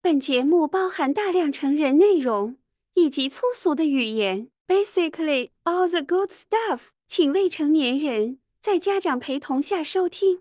本节目包含大量成人内容以及粗俗的语言 ，basically all the good stuff， 请未成年人在家长陪同下收听。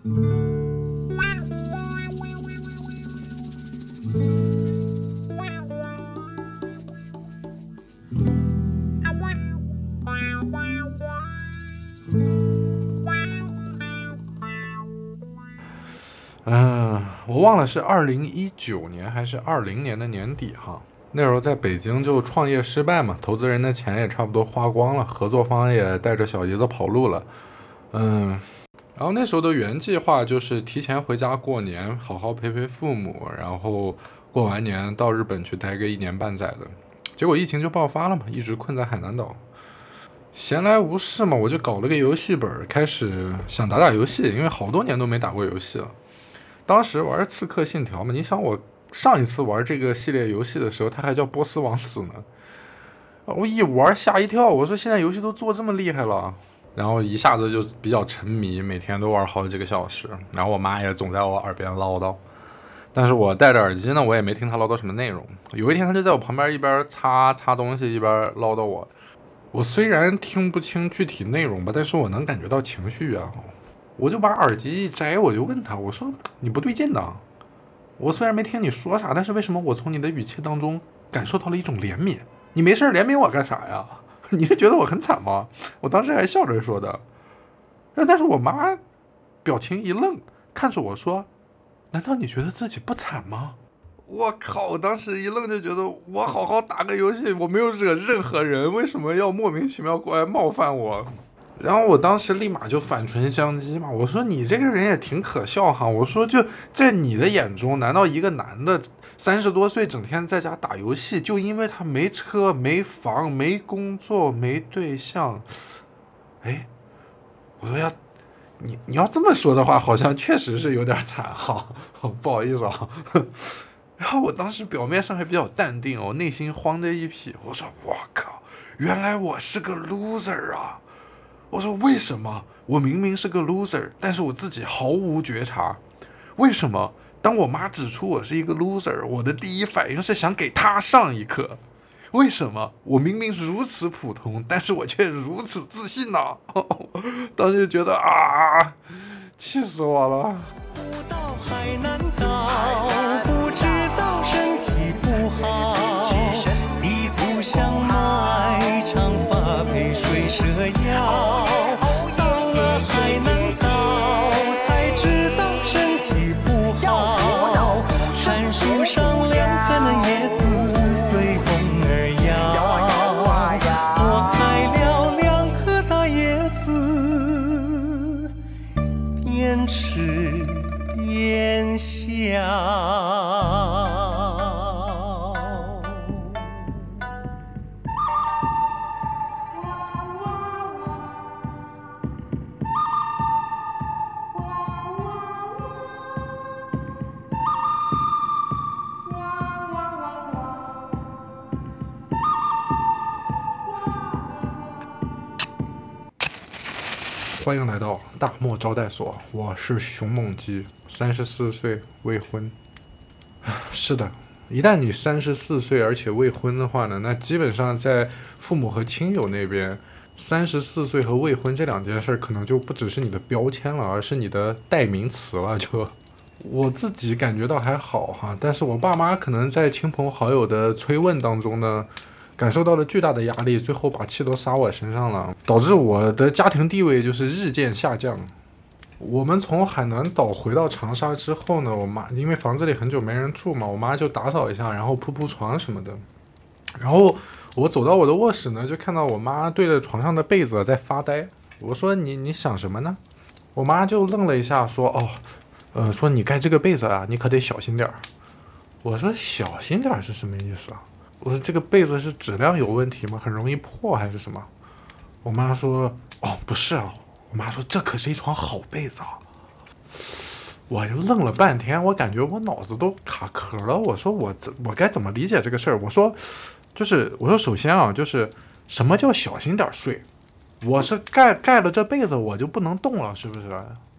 我忘了是2019年还是20年的年底哈。那时候在北京就创业失败嘛，投资人的钱也差不多花光了，合作方也带着小姨子跑路了。然后那时候的原计划就是提前回家过年，好好陪陪父母，然后过完年到日本去待个1年半载的。结果疫情就爆发了嘛，一直困在海南岛。闲来无事嘛，我就搞了个游戏本，开始想打打游戏，因为好多年都没打过游戏了。当时玩《刺客信条》嘛，你想我上一次玩这个系列游戏的时候，它还叫波斯王子呢。我一玩吓一跳，我说现在游戏都做这么厉害了，然后一下子就比较沉迷，每天都玩好几个小时。然后我妈也总在我耳边唠叨，但是我戴着耳机呢，我也没听她唠叨什么内容。有一天，她就在我旁边一边擦东西，一边唠叨我。我虽然听不清具体内容吧，但是我能感觉到情绪啊。我就把耳机一摘，我就问他，我说你不对劲的。我虽然没听你说啥，但是为什么我从你的语气当中感受到了一种怜悯？你没事怜悯我干啥呀？你是觉得我很惨吗？我当时还笑着说的。但是我妈表情一愣，看着我说，难道你觉得自己不惨吗？我靠！我当时一愣，就觉得我好好打个游戏，我没有惹任何人，为什么要莫名其妙过来冒犯我？然后我当时立马就反唇相讥嘛，我说你这个人也挺可笑哈，我说就在你的眼中，难道一个男的30多岁整天在家打游戏，就因为他没车没房没工作没对象？哎，我说你要这么说的话，好像确实是有点惨哈，不好意思啊。然后我当时表面上还比较淡定，我内心慌着一匹。我说我靠，原来我是个 loser 啊！我说为什么我明明是个 loser， 但是我自己毫无觉察？为什么当我妈指出我是一个 loser， 我的第一反应是想给她上一课？为什么我明明如此普通，但是我却如此自信呢？当时就觉得啊，气死我了！ 不到海南岛，不知道身体不好，一簇香麦，长发配水蛇腰。到了海南岛，才知道身体不好，杉树上2颗嫩叶子随风而摇，我开了2颗大叶子，边吃边笑。 欢迎来到大漠招待所，我是熊猛鸡，34岁未婚。是的，一旦你34岁而且未婚的话呢，那基本上在父母和亲友那边，34岁和未婚这2件事可能就不只是你的标签了，而是你的代名词了。就我自己感觉到还好哈，但是我爸妈可能在亲朋好友的催问当中呢，感受到了巨大的压力，最后把气都撒我身上了，导致我的家庭地位就是日渐下降。我们从海南岛回到长沙之后呢，我妈因为房子里很久没人住嘛，我妈就打扫一下，然后铺铺床什么的。然后我走到我的卧室呢，就看到我妈对着床上的被子在发呆。我说你想什么呢？我妈就愣了一下，说说你盖这个被子啊，你可得小心点。我说小心点是什么意思啊？我说这个被子是质量有问题吗？很容易破还是什么？我妈说不是啊。我妈说这可是一床好被子啊。我就愣了半天，我感觉我脑子都卡壳了。我说我该怎么理解这个事儿？我说首先啊，就是什么叫小心点睡？我是盖了这被子我就不能动了，是不是？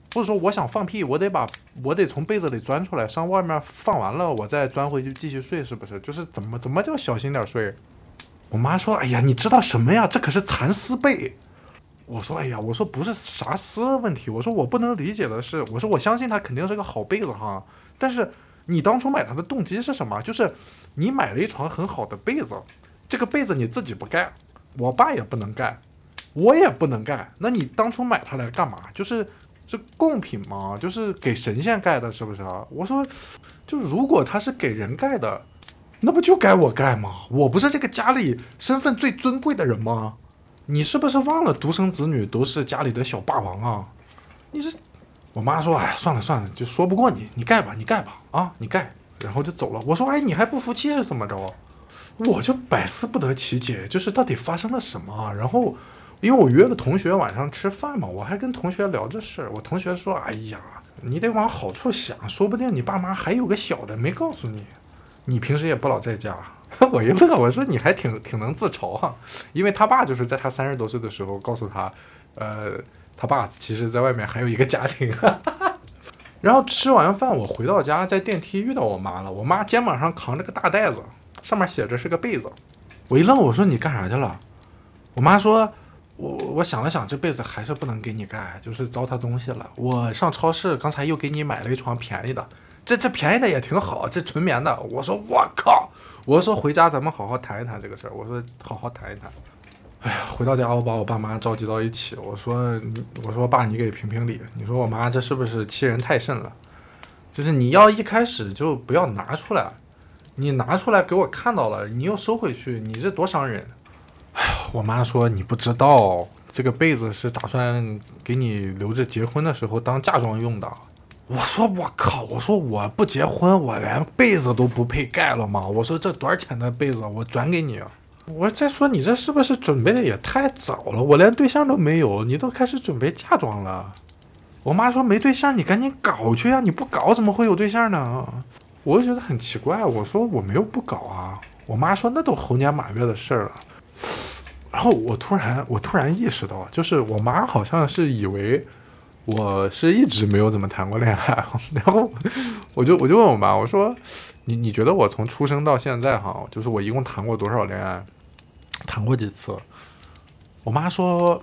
或者说我想放屁，我得从被子里钻出来，上外面放完了，我再钻回去继续睡，是不是？就是怎么叫小心点睡？我妈说，哎呀，你知道什么呀？这可是蚕丝被。我说，哎呀，我说不是啥丝的问题，我说我不能理解的是，我说我相信它肯定是个好被子哈，但是你当初买它的动机是什么？就是你买了一床很好的被子，这个被子你自己不盖，我爸也不能盖，我也不能盖，那你当初买它来干嘛？就是贡品吗？就是给神仙盖的，是不是啊？我说，就如果它是给人盖的，那不就该我盖吗？我不是这个家里身份最尊贵的人吗？你是不是忘了独生子女都是家里的小霸王啊？你这，我妈说，哎，算了，就说不过你，你盖吧啊，你盖，然后就走了。我说，哎，你还不服气是怎么着？我就百思不得其解，就是到底发生了什么？然后。因为我约了同学晚上吃饭嘛，我还跟同学聊这事。我同学说：“哎呀，你得往好处想，说不定你爸妈还有个小的没告诉你，你平时也不老在家。”我一乐，我说你还挺能自嘲哈，因为他爸就是在他30多岁的时候告诉他，他爸其实在外面还有一个家庭。然后吃完饭我回到家，在电梯遇到我妈了，我妈肩膀上扛着个大袋子，上面写着是个被子。我一愣，我说你干啥去了？我妈说。我想了想，这辈子还是不能给你盖，就是糟蹋东西了。我上超市刚才又给你买了一床便宜的，这便宜的也挺好，这纯棉的。我说我靠，我说回家咱们好好谈一谈这个事儿。我说好好谈一谈。哎呀，回到家我把我爸妈召集到一起，我说爸，你给评评理，你说我妈这是不是欺人太甚了？就是你要一开始就不要拿出来，你拿出来给我看到了，你又收回去，你这多伤人。我妈说你不知道，这个被子是打算给你留着结婚的时候当嫁妆用的。我说我靠，我说我不结婚，我连被子都不配盖了吗？我说这多少钱的被子，我转给你。我再说你这是不是准备的也太早了？我连对象都没有，你都开始准备嫁妆了。我妈说没对象你赶紧搞去呀，你不搞怎么会有对象呢？我就觉得很奇怪，我说我没有不搞啊。我妈说那都猴年马月的事了。然后我突然意识到，就是我妈好像是以为我是一直没有怎么谈过恋爱，然后我就问我妈，我说你觉得我从出生到现在哈，就是我一共谈过多少恋爱，谈过几次？我妈说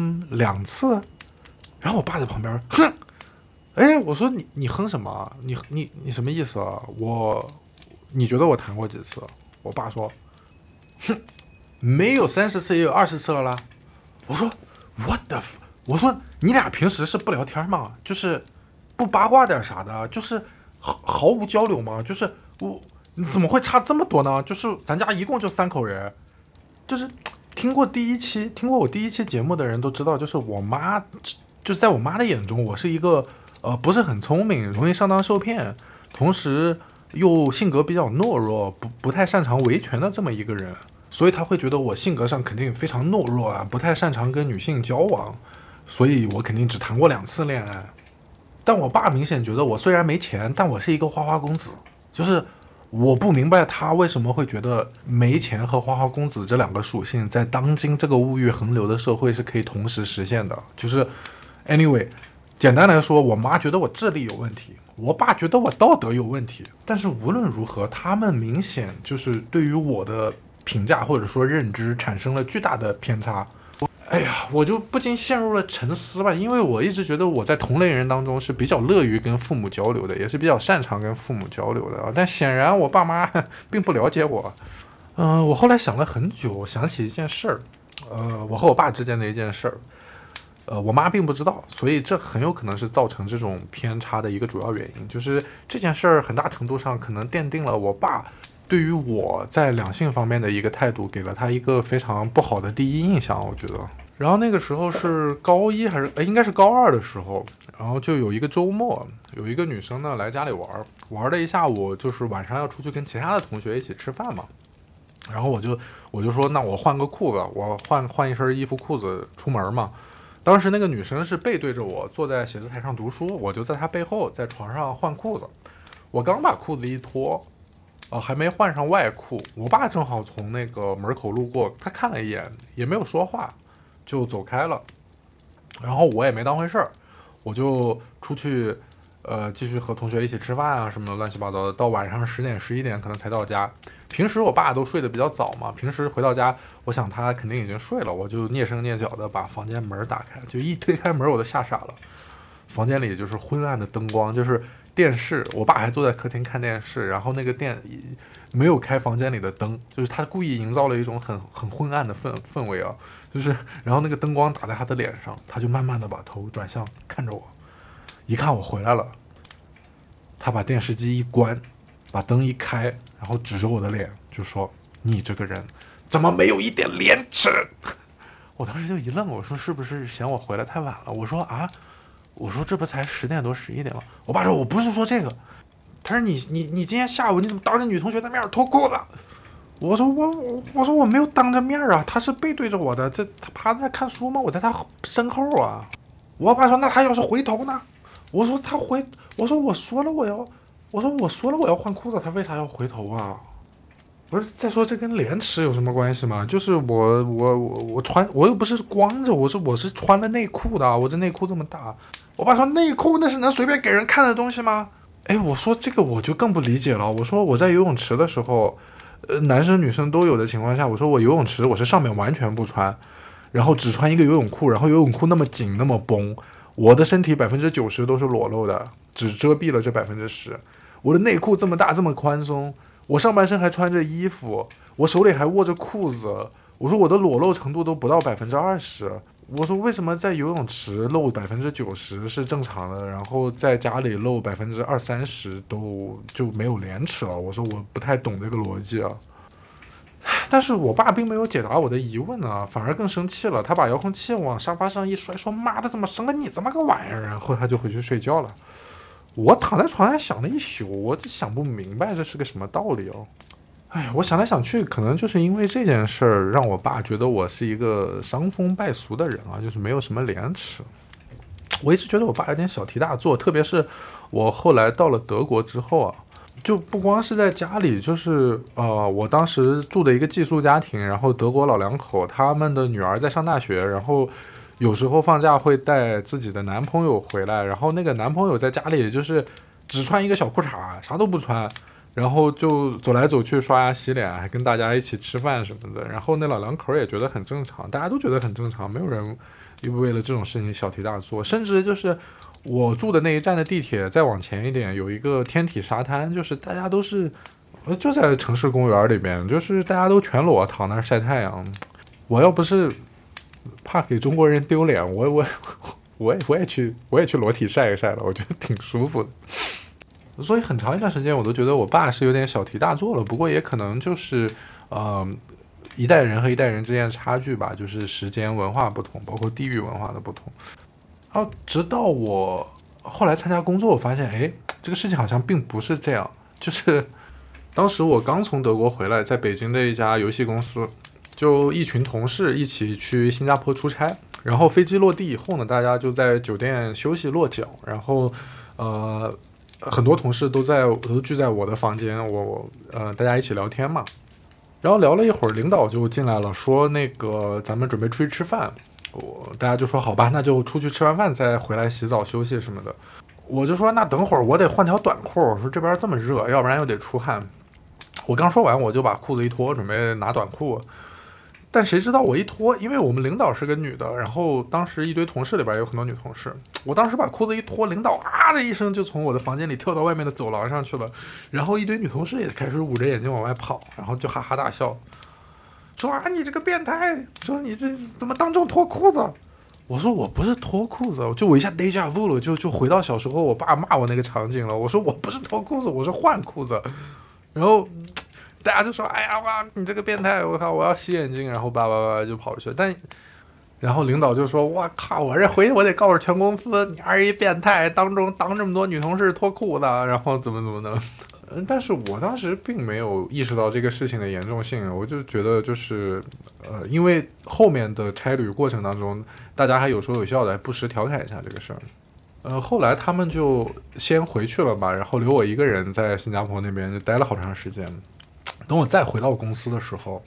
2次。然后我爸在旁边哼，哎，我说你哼什么？你什么意思啊？你觉得我谈过几次？我爸说哼。没有30次也有20次了啦。我说 what the f， 我说你俩平时是不聊天吗？就是不八卦点啥的，就是毫无交流吗？就是你怎么会差这么多呢？就是咱家一共就3口人，就是听过我第一期节目的人都知道，就是我妈，就是在我妈的眼中，我是一个不是很聪明，容易上当受骗，同时又性格比较懦弱，不太擅长维权的这么一个人。所以他会觉得我性格上肯定非常懦弱啊，不太擅长跟女性交往，所以我肯定只谈过2次恋爱。但我爸明显觉得我虽然没钱，但我是一个花花公子，就是我不明白他为什么会觉得没钱和花花公子这2个属性在当今这个物欲横流的社会是可以同时实现的。就是 anyway， 简单来说，我妈觉得我智力有问题，我爸觉得我道德有问题，但是无论如何，他们明显就是对于我的评价或者说认知产生了巨大的偏差。哎呀，我就不禁陷入了沉思吧，因为我一直觉得我在同类人当中是比较乐于跟父母交流的，也是比较擅长跟父母交流的，但显然我爸妈并不了解我。我后来想了很久，想起一件事儿，我和我爸之间的一件事儿，我妈并不知道，所以这很有可能是造成这种偏差的一个主要原因，就是这件事儿很大程度上可能奠定了我爸对于我在两性方面的一个态度，给了他一个非常不好的第一印象，我觉得。然后那个时候是高1还是应该是高2的时候，然后就有一个周末，有一个女生呢来家里玩了一下午，就是晚上要出去跟其他的同学一起吃饭嘛。然后我就说，那我换个裤子，我换一身衣服裤子出门嘛。当时那个女生是背对着我坐在写字台上读书，我就在她背后在床上换裤子。我刚把裤子一脱，还没换上外裤，我爸正好从那个门口路过，他看了一眼也没有说话就走开了。然后我也没当回事儿， 我就出去继续和同学一起吃饭啊什么的乱七八糟的，到晚上10点11点可能才到家。平时我爸都睡得比较早嘛，平时回到家，我想他肯定已经睡了，我就蹑手蹑脚的把房间门打开，就一推开门我都吓傻了。房间里就是昏暗的灯光，就是电视，我爸还坐在客厅看电视，然后那个没有开房间里的灯，就是他故意营造了一种很昏暗的氛围啊，就是然后那个灯光打在他的脸上，他就慢慢的把头转向看着我，一看我回来了，他把电视机一关，把灯一开，然后指着我的脸就说：“你这个人怎么没有一点廉耻？”我当时就一愣，我说是不是嫌我回来太晚了？我说啊。我说这不才10点多11点吗？我爸说我不是说这个，他说你今天下午你怎么当着女同学的面脱裤子？我说我没有当着面啊，他是背对着我的，他趴在那看书吗？我在他身后啊。我爸说那他要是回头呢？我说我说了我要换裤子，他为啥要回头啊？不是再说这跟廉耻有什么关系吗？就是我穿我又不是光着，我是穿了内裤的，我这内裤这么大。我爸说内裤那是能随便给人看的东西吗？哎，我说这个我就更不理解了。我说我在游泳池的时候，男生女生都有的情况下，我说我游泳池我是上面完全不穿，然后只穿一个游泳裤，然后游泳裤那么紧那么绷，我的身体90%都是裸露的，只遮蔽了这10%。我的内裤这么大这么宽松，我上半身还穿着衣服，我手里还握着裤子。我说我的裸露程度都不到20%。我说为什么在游泳池露90%是正常的，然后在家里露20-30%都就没有廉耻了？我说我不太懂这个逻辑啊。但是我爸并没有解答我的疑问啊，反而更生气了。他把遥控器往沙发上一摔，说：“妈的，怎么生了你这么个玩意儿？”然后他就回去睡觉了。我躺在床上想了一宿，我就想不明白这是个什么道理哦。哎，我想来想去，可能就是因为这件事儿，让我爸觉得我是一个伤风败俗的人啊，就是没有什么廉耻。我一直觉得我爸有点小题大做，特别是我后来到了德国之后啊，就不光是在家里，就是我当时住的一个寄宿家庭，然后德国老两口他们的女儿在上大学，然后有时候放假会带自己的男朋友回来，然后那个男朋友在家里就是只穿一个小裤衩，啥都不穿。然后就走来走去刷牙洗脸，还跟大家一起吃饭什么的，然后那老两口也觉得很正常，大家都觉得很正常，没有人为了这种事情小题大做。甚至就是我住的那一站的地铁再往前一点有一个天体沙滩，就是大家都是就在城市公园里边，就是大家都全裸躺那儿晒太阳。我要不是怕给中国人丢脸，我也去裸体晒一晒了，我觉得挺舒服的。所以很长一段时间我都觉得我爸是有点小题大做了，不过也可能就是一代人和一代人之间的差距吧，就是时间文化不同，包括地域文化的不同。然后直到我后来参加工作，我发现哎，这个事情好像并不是这样。就是当时我刚从德国回来，在北京的一家游戏公司，就一群同事一起去新加坡出差，然后飞机落地以后呢，大家就在酒店休息落脚，然后很多同事都聚在我的房间，大家一起聊天嘛。然后聊了一会儿，领导就进来了，说那个咱们准备出去吃饭。大家就说好吧，那就出去吃完饭再回来洗澡休息什么的。我就说那等会儿我得换条短裤，我说这边这么热，要不然又得出汗。我刚说完我就把裤子一脱，准备拿短裤。但谁知道我一脱，因为我们领导是个女的，然后当时一堆同事里边有很多女同事，我当时把裤子一脱，领导啊的一声就从我的房间里跳到外面的走廊上去了，然后一堆女同事也开始捂着眼睛往外跑，然后就哈哈大笑，说啊你这个变态，说你这怎么当众脱裤子？我说我不是脱裤子，就我一下 déjà vu 了，就回到小时候我爸骂我那个场景了。我说我不是脱裤子，我是换裤子，然后大家就说：“哎呀哇，你这个变态！我靠，我要洗眼睛。”然后叭叭叭就跑去。然后领导就说：“我靠，我这回去我得告诉全公司，你还是一变态，当这么多女同事脱裤子，然后怎么的。”但是我当时并没有意识到这个事情的严重性，我就觉得就是因为后面的差旅过程当中，大家还有说有笑的，不时调侃一下这个事儿。后来他们就先回去了嘛，然后留我一个人在新加坡那边就待了好长时间。等我再回到公司的时候，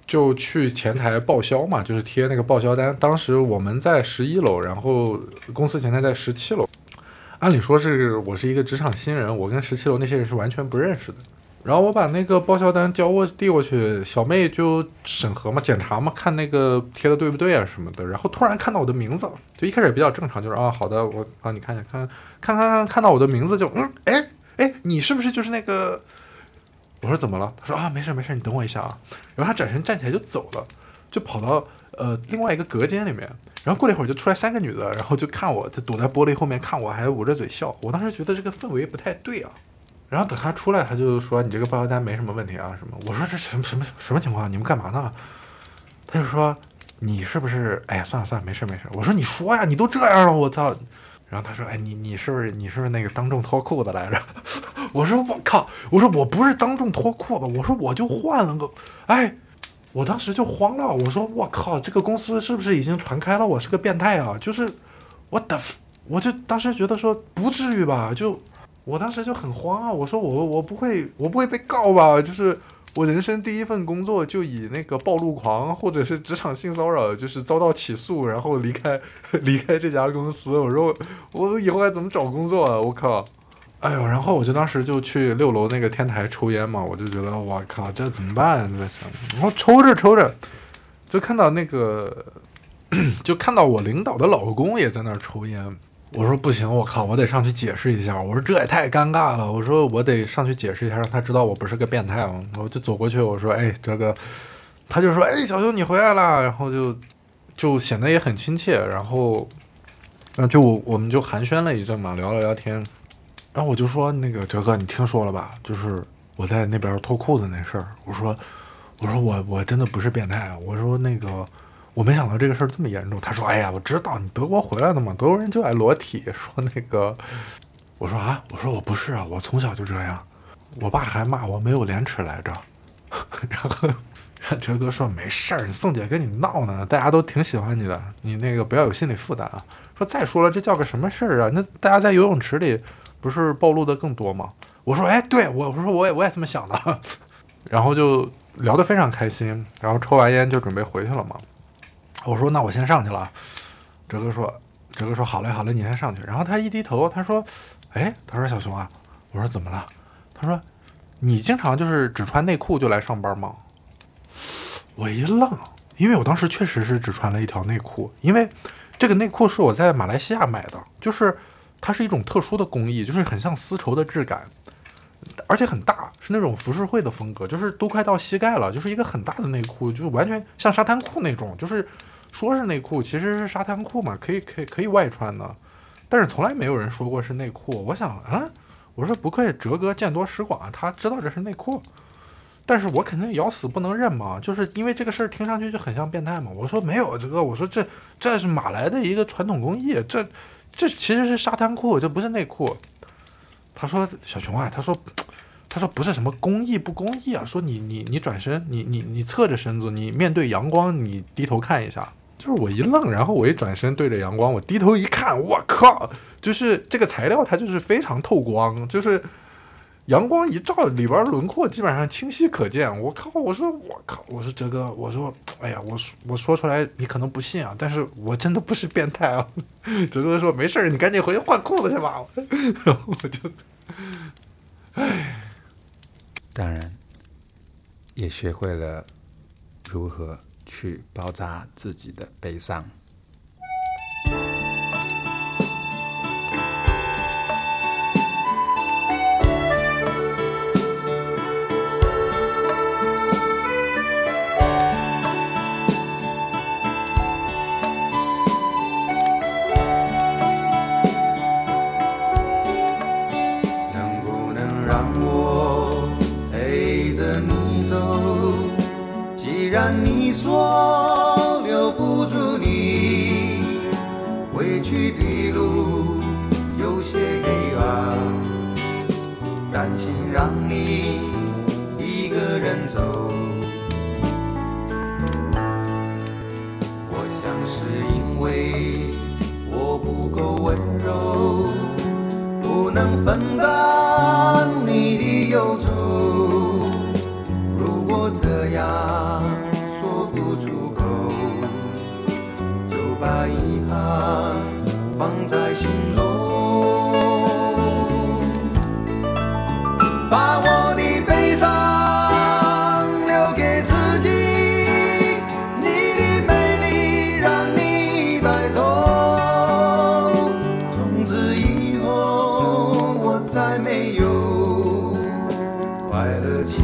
就去前台报销嘛，就是贴那个报销单。当时我们在11楼，然后公司前台在17楼。按理说我是一个职场新人，我跟17楼那些人是完全不认识的。然后我把那个报销单递过去，小妹就审核嘛，检查嘛，看那个贴的对不对啊什么的。然后突然看到我的名字，就一开始也比较正常，就是好的，我帮你看一下，看到我的名字就你是不是就是那个？我说怎么了？他说没事，你等我一下啊。然后他转身站起来就走了，就跑到另外一个隔间里面。然后过了一会儿就出来3个女的，然后就看我，就躲在玻璃后面看我，还捂着嘴笑。我当时觉得这个氛围不太对啊。然后等他出来，他就说你这个报销单没什么问题啊什么。我说这什么情况？你们干嘛呢？他就说你是不是？哎呀，算了，没事。我说你说呀，你都这样了，我操！然后他说你是不是那个当众脱裤子来着？我说我靠！我说我不是当众脱裤子，我说我就换了个我当时就慌了，我说我靠，这个公司是不是已经传开了我是个变态啊？就是我就当时觉得说不至于吧，我当时就很慌啊，我说我不会被告吧？就是我人生第一份工作就以那个暴露狂或者是职场性骚扰就是遭到起诉，然后离开这家公司。我说我以后该怎么找工作啊？我靠！哎呦，然后我就当时就去6楼那个天台抽烟嘛，我就觉得我靠，这怎么办？在想，然后抽着，就看到我领导的老公也在那儿抽烟。我说不行，我靠，我得上去解释一下。我说这也太尴尬了。我说我得上去解释一下，让他知道我不是个变态。我就走过去，我说这个，他就说小熊你回来了，然后就显得也很亲切，然后我们就寒暄了一阵嘛，聊了聊天。然后我就说那个哲哥，你听说了吧？就是我在那边脱裤子那事儿。我说我真的不是变态。我说那个我没想到这个事儿这么严重。他说哎呀，我知道你德国回来的嘛，德国人就爱裸体。说那个，我说我不是啊，我从小就这样。我爸还骂我没有廉耻来着。然后哲哥说没事儿，你宋姐跟你闹呢，大家都挺喜欢你的，你那个不要有心理负担啊。说再说了，这叫个什么事儿啊？那大家在游泳池里不是暴露的更多吗？我说对，我说我也这么想的。然后就聊得非常开心，然后抽完烟就准备回去了嘛。我说那我先上去了。哲哥说好嘞，你先上去。然后他一低头，他说他说小熊啊。我说怎么了？他说你经常就是只穿内裤就来上班吗？我一愣，因为我当时确实是只穿了一条内裤，因为这个内裤是我在马来西亚买的，就是它是一种特殊的工艺，就是很像丝绸的质感，而且很大，是那种浮世绘的风格，就是都快到膝盖了，就是一个很大的内裤，就是完全像沙滩裤那种，就是说是内裤，其实是沙滩裤嘛，可以外穿的，但是从来没有人说过是内裤。我想我说不愧哲哥见多识广，他知道这是内裤。但是我肯定咬死不能认嘛，就是因为这个事儿听上去就很像变态嘛。我说没有这个，我说这是马来的一个传统工艺，这其实是沙滩裤，这不是内裤。他说小熊啊，他说不是什么公益不公益啊，说你转身，你侧着身子，你面对阳光，你低头看一下。就是我一愣，然后我一转身对着阳光，我低头一看，我靠，就是这个材料它就是非常透光，就是阳光一照，里边轮廓基本上清晰可见。我靠！我说哲哥，我说哎呀，我说出来你可能不信啊，但是我真的不是变态啊。哲哥说没事，你赶紧回去换裤子去吧。然后我就， 当然也学会了如何去包扎自己的悲伤。 你说留不住你，回去的路有些黑暗，担心让你一个人走。我想是因为我不够温柔，不能分担你的忧愁。如果这样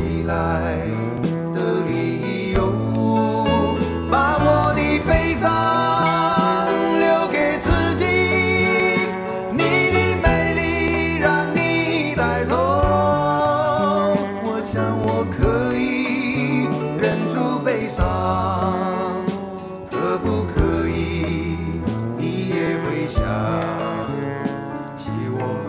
起来的理由，把我的悲伤留给自己，你的美丽让你带走。我想我可以忍住悲伤，可不可以你也会想起我？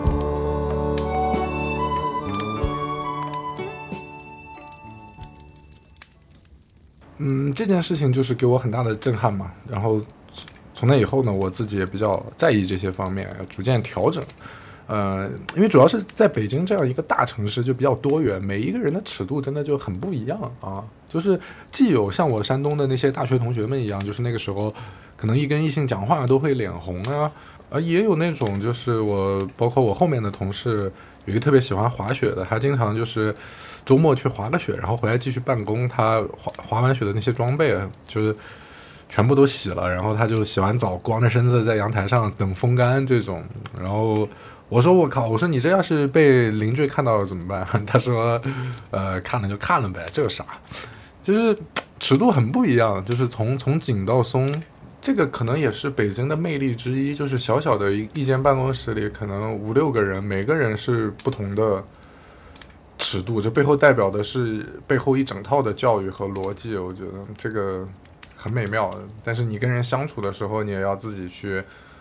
这件事情就是给我很大的震撼嘛。然后从那以后呢，我自己也比较在意这些方面，要逐渐调整。因为主要是在北京这样一个大城市就比较多元，每一个人的尺度真的就很不一样啊。就是既有像我山东的那些大学同学们一样，就是那个时候可能一跟异性讲话都会脸红啊，也有那种就是包括我后面的同事有一个特别喜欢滑雪的，他经常就是周末去滑个雪，然后回来继续办公，他滑完雪的那些装备就是全部都洗了，然后他就洗完澡光着身子在阳台上等风干这种。然后我说我靠，我说你这要是被邻居看到怎么办？他说看了就看了呗，这有啥？就是尺度很不一样，就是从紧到松，这个可能也是北京的魅力之一，就是小小的一间办公室里可能5-6个人，每个人是不同的尺度，这背后代表的是背后一整套的教育和逻辑，我觉得这个很美妙。但是你跟人相处的时候，你也要自己去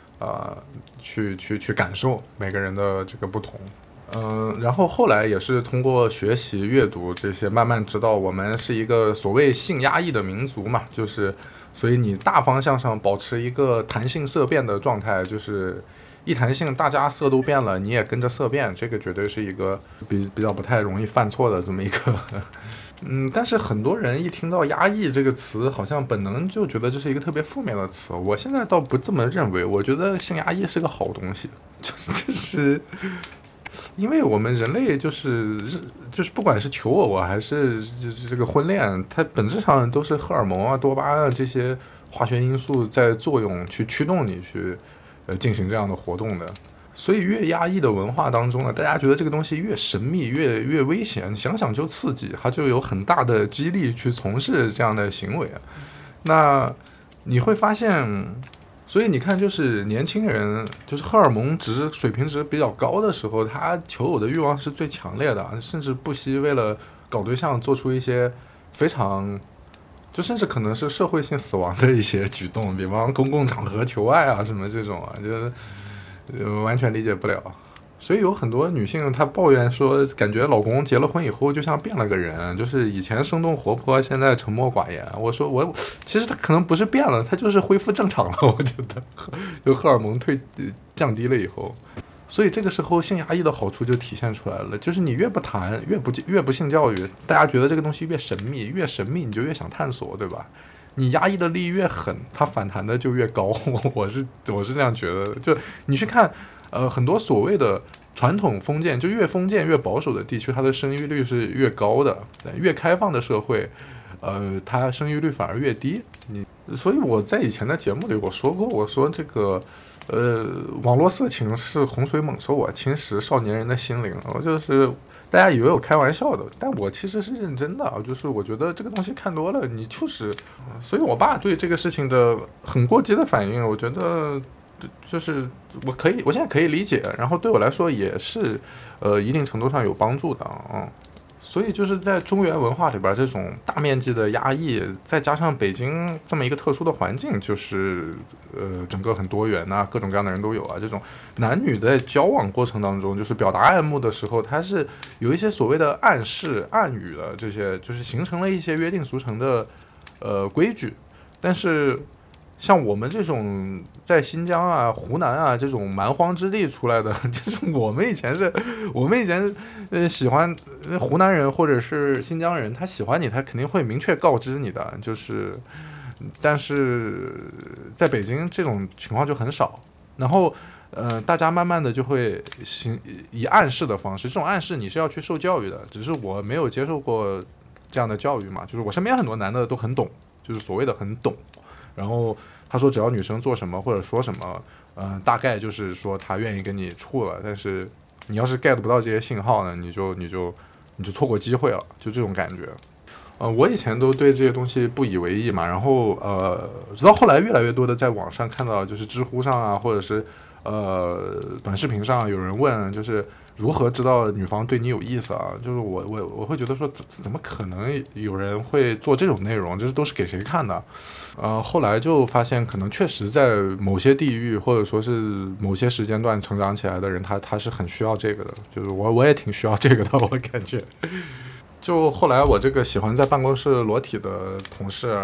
感受每个人的这个不同。然后后来也是通过学习阅读这些，慢慢知道我们是一个所谓性压抑的民族嘛，就是所以你大方向上保持一个弹性色变的状态，就是一弹性大家色都变了，你也跟着色变，这个绝对是一个比较不太容易犯错的这么一个但是很多人一听到压抑这个词，好像本能就觉得这是一个特别负面的词。我现在倒不这么认为，我觉得性压抑是个好东西，就是因为我们人类就是不管是求偶还是这个婚恋，它本质上都是荷尔蒙啊、多巴胺这些化学因素在作用，去驱动你去进行这样的活动的。所以越压抑的文化当中呢，大家觉得这个东西越神秘越危险，想想就刺激，它就有很大的激励去从事这样的行为。那你会发现，所以你看，就是年轻人就是荷尔蒙水平值比较高的时候，他求偶的欲望是最强烈的，甚至不惜为了搞对象做出一些非常就甚至可能是社会性死亡的一些举动，比方公共场合求爱啊什么这种就是完全理解不了。所以有很多女性她抱怨说，感觉老公结了婚以后就像变了个人，就是以前生动活泼，现在沉默寡言。我说其实她可能不是变了，她就是恢复正常了。我觉得就荷尔蒙降低了以后，所以这个时候性压抑的好处就体现出来了，就是你越不谈越不性教育，大家觉得这个东西越神秘你就越想探索，对吧？你压抑的力越狠，它反弹的就越高。我是这样觉得的。就你去看很多所谓的传统封建，就越封建越保守的地区，它的生育率是越高的，越开放的社会它生育率反而越低。所以我在以前的节目里我说过，我说这个网络色情是洪水猛兽啊，侵蚀少年人的心灵。我就是大家以为我开玩笑的，但我其实是认真的，就是我觉得这个东西看多了，你就是所以我爸对这个事情的很过激的反应，我觉得就是我现在可以理解，然后对我来说也是一定程度上有帮助的所以就是在中原文化里边，这种大面积的压抑，再加上北京这么一个特殊的环境，就是整个很多元啊，各种各样的人都有啊。这种男女在交往过程当中，就是表达爱慕的时候，它是有一些所谓的暗示、暗语的这些，就是形成了一些约定俗成的规矩。但是像我们这种在新疆啊、湖南啊这种蛮荒之地出来的，就是我们以前喜欢湖南人或者是新疆人，他喜欢你，他肯定会明确告知你的，就是但是在北京这种情况就很少。然后大家慢慢的就会以暗示的方式，这种暗示你是要去受教育的，只是我没有接受过这样的教育嘛，就是我身边很多男的都很懂，就是所谓的很懂。然后他说只要女生做什么或者说什么大概就是说他愿意跟你处了，但是你要是 get 不到这些信号呢，你就你就错过机会了，就这种感觉。我以前都对这些东西不以为意嘛，然后直到后来越来越多的在网上看到，就是知乎上啊，或者是短视频上有人问，就是如何知道女方对你有意思啊？就是我会觉得说，怎么可能有人会做这种内容？这都是给谁看的？后来就发现，可能确实在某些地域或者说是某些时间段成长起来的人，他是很需要这个的。就是我也挺需要这个的，我感觉。就后来我这个喜欢在办公室裸体的同事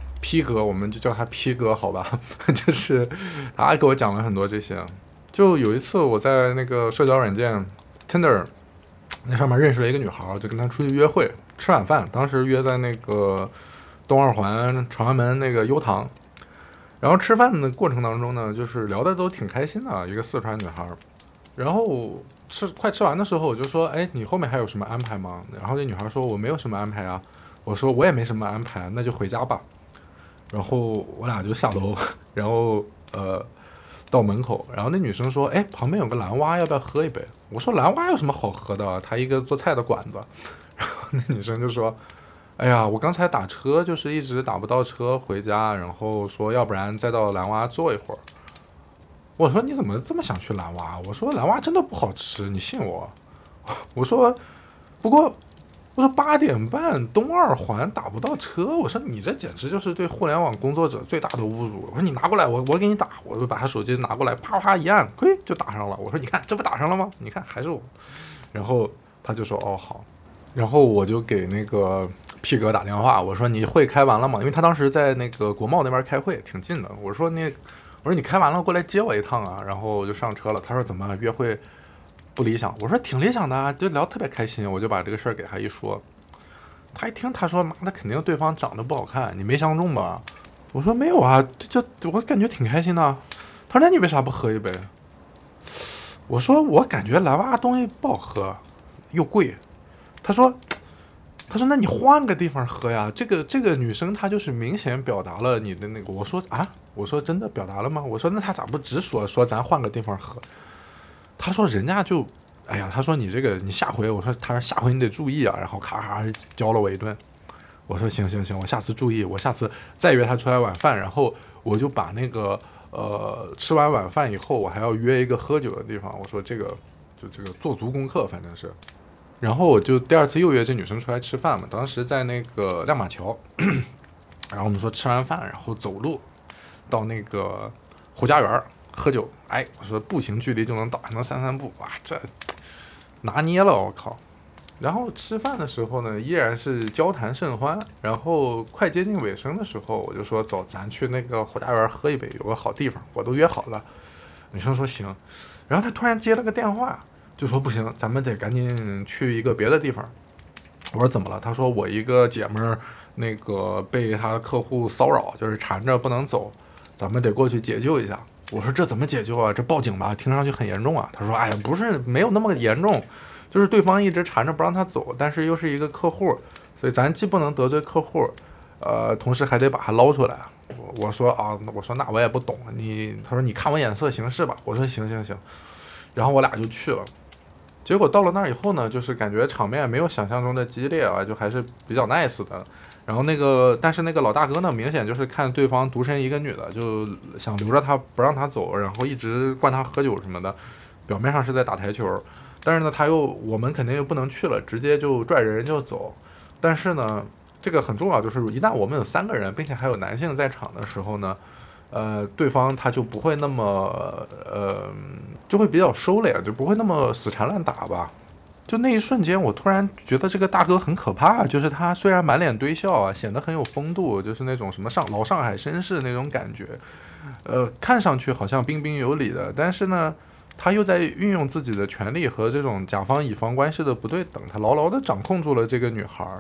P 哥，我们就叫他 P 哥好吧，就是他给我讲了很多这些。就有一次我在那个社交软件 Tinder 那上面认识了一个女孩，就跟她出去约会吃晚饭，当时约在那个东二环朝阳门那个优唐。然后吃饭的过程当中呢，就是聊的都挺开心的，一个四川女孩。然后快吃完的时候，我就说，哎，你后面还有什么安排吗？然后那女孩说，我没有什么安排啊。我说我也没什么安排，那就回家吧。然后我俩就下楼，然后到门口，然后那女生说，哎，旁边有个蓝蛙，要不要喝一杯？我说蓝蛙有什么好喝的？她一个做菜的馆子。然后那女生就说，哎呀，我刚才打车就是一直打不到车回家，然后说要不然再到蓝蛙坐一会儿。我说你怎么这么想去蓝蛙？我说蓝蛙真的不好吃，你信我。我说不过我说8点半东二环打不到车，我说你这简直就是对互联网工作者最大的侮辱。我说你拿过来，我给你打，我就把他手机拿过来，啪啪一按，嘿就打上了。我说你看这不打上了吗？你看还是我。然后他就说哦好，然后我就给那个 P 哥打电话，我说你会开完了吗？因为他当时在那个国贸那边开会，挺近的。我说你开完了过来接我一趟啊，然后我就上车了。他说怎么约会不理想？我说挺理想的啊，就聊特别开心。我就把这个事儿给他一说，他一听他说妈的肯定对方长得不好看，你没相中吧？我说没有啊，就我感觉挺开心的。他说那你为啥不喝一杯？我说我感觉蓝蛙东西不好喝，又贵。他说那你换个地方喝呀，这个女生她就是明显表达了你的那个。我说真的表达了吗？我说那她咋不直说咱换个地方喝？他说人家就哎呀，他说你这个你下回，他说下回你得注意啊，然后咔咔教了我一顿。我说行，我下次注意，我下次再约他出来晚饭，然后我就把那个吃完晚饭以后我还要约一个喝酒的地方。我说这个做足功课，反正是。然后我就第二次又约这女生出来吃饭嘛，当时在那个亮马桥，然后我们说吃完饭然后走路到那个胡家园喝酒。哎，我说步行距离就能到，还能散步，哇，这拿捏了，我靠。然后吃饭的时候呢，依然是交谈甚欢。然后快接近尾声的时候，我就说走，咱去那个胡家园喝一杯，有个好地方，我都约好了。女生说行，然后她突然接了个电话，就说不行，咱们得赶紧去一个别的地方。我说怎么了？她说我一个姐们儿那个被她的客户骚扰，就是缠着不能走，咱们得过去解救一下。我说这怎么解救啊？这报警吧，听上去很严重啊。他说哎呀，不是，没有那么严重，就是对方一直缠着不让他走，但是又是一个客户，所以咱既不能得罪客户，同时还得把他捞出来。我说啊，我说那我也不懂，他说你看我眼色行事吧。我说行，然后我俩就去了。结果到了那儿以后呢，就是感觉场面没有想象中的激烈啊，就还是比较 nice 的。然后但是那个老大哥呢，明显就是看对方独身一个女的，就想留着她不让她走，然后一直灌她喝酒什么的。表面上是在打台球，但是呢，我们肯定又不能去了，直接就拽着人就走。但是呢，这个很重要，就是一旦我们有3个人，并且还有男性在场的时候呢，对方他就不会那么就会比较收敛，就不会那么死缠烂打吧。就那一瞬间，我突然觉得这个大哥很可怕，就是他虽然满脸堆笑啊，显得很有风度，就是那种什么老上海绅士那种感觉，看上去好像彬彬有礼的，但是呢，他又在运用自己的权利和这种甲方乙方关系的不对等，他牢牢地掌控住了这个女孩，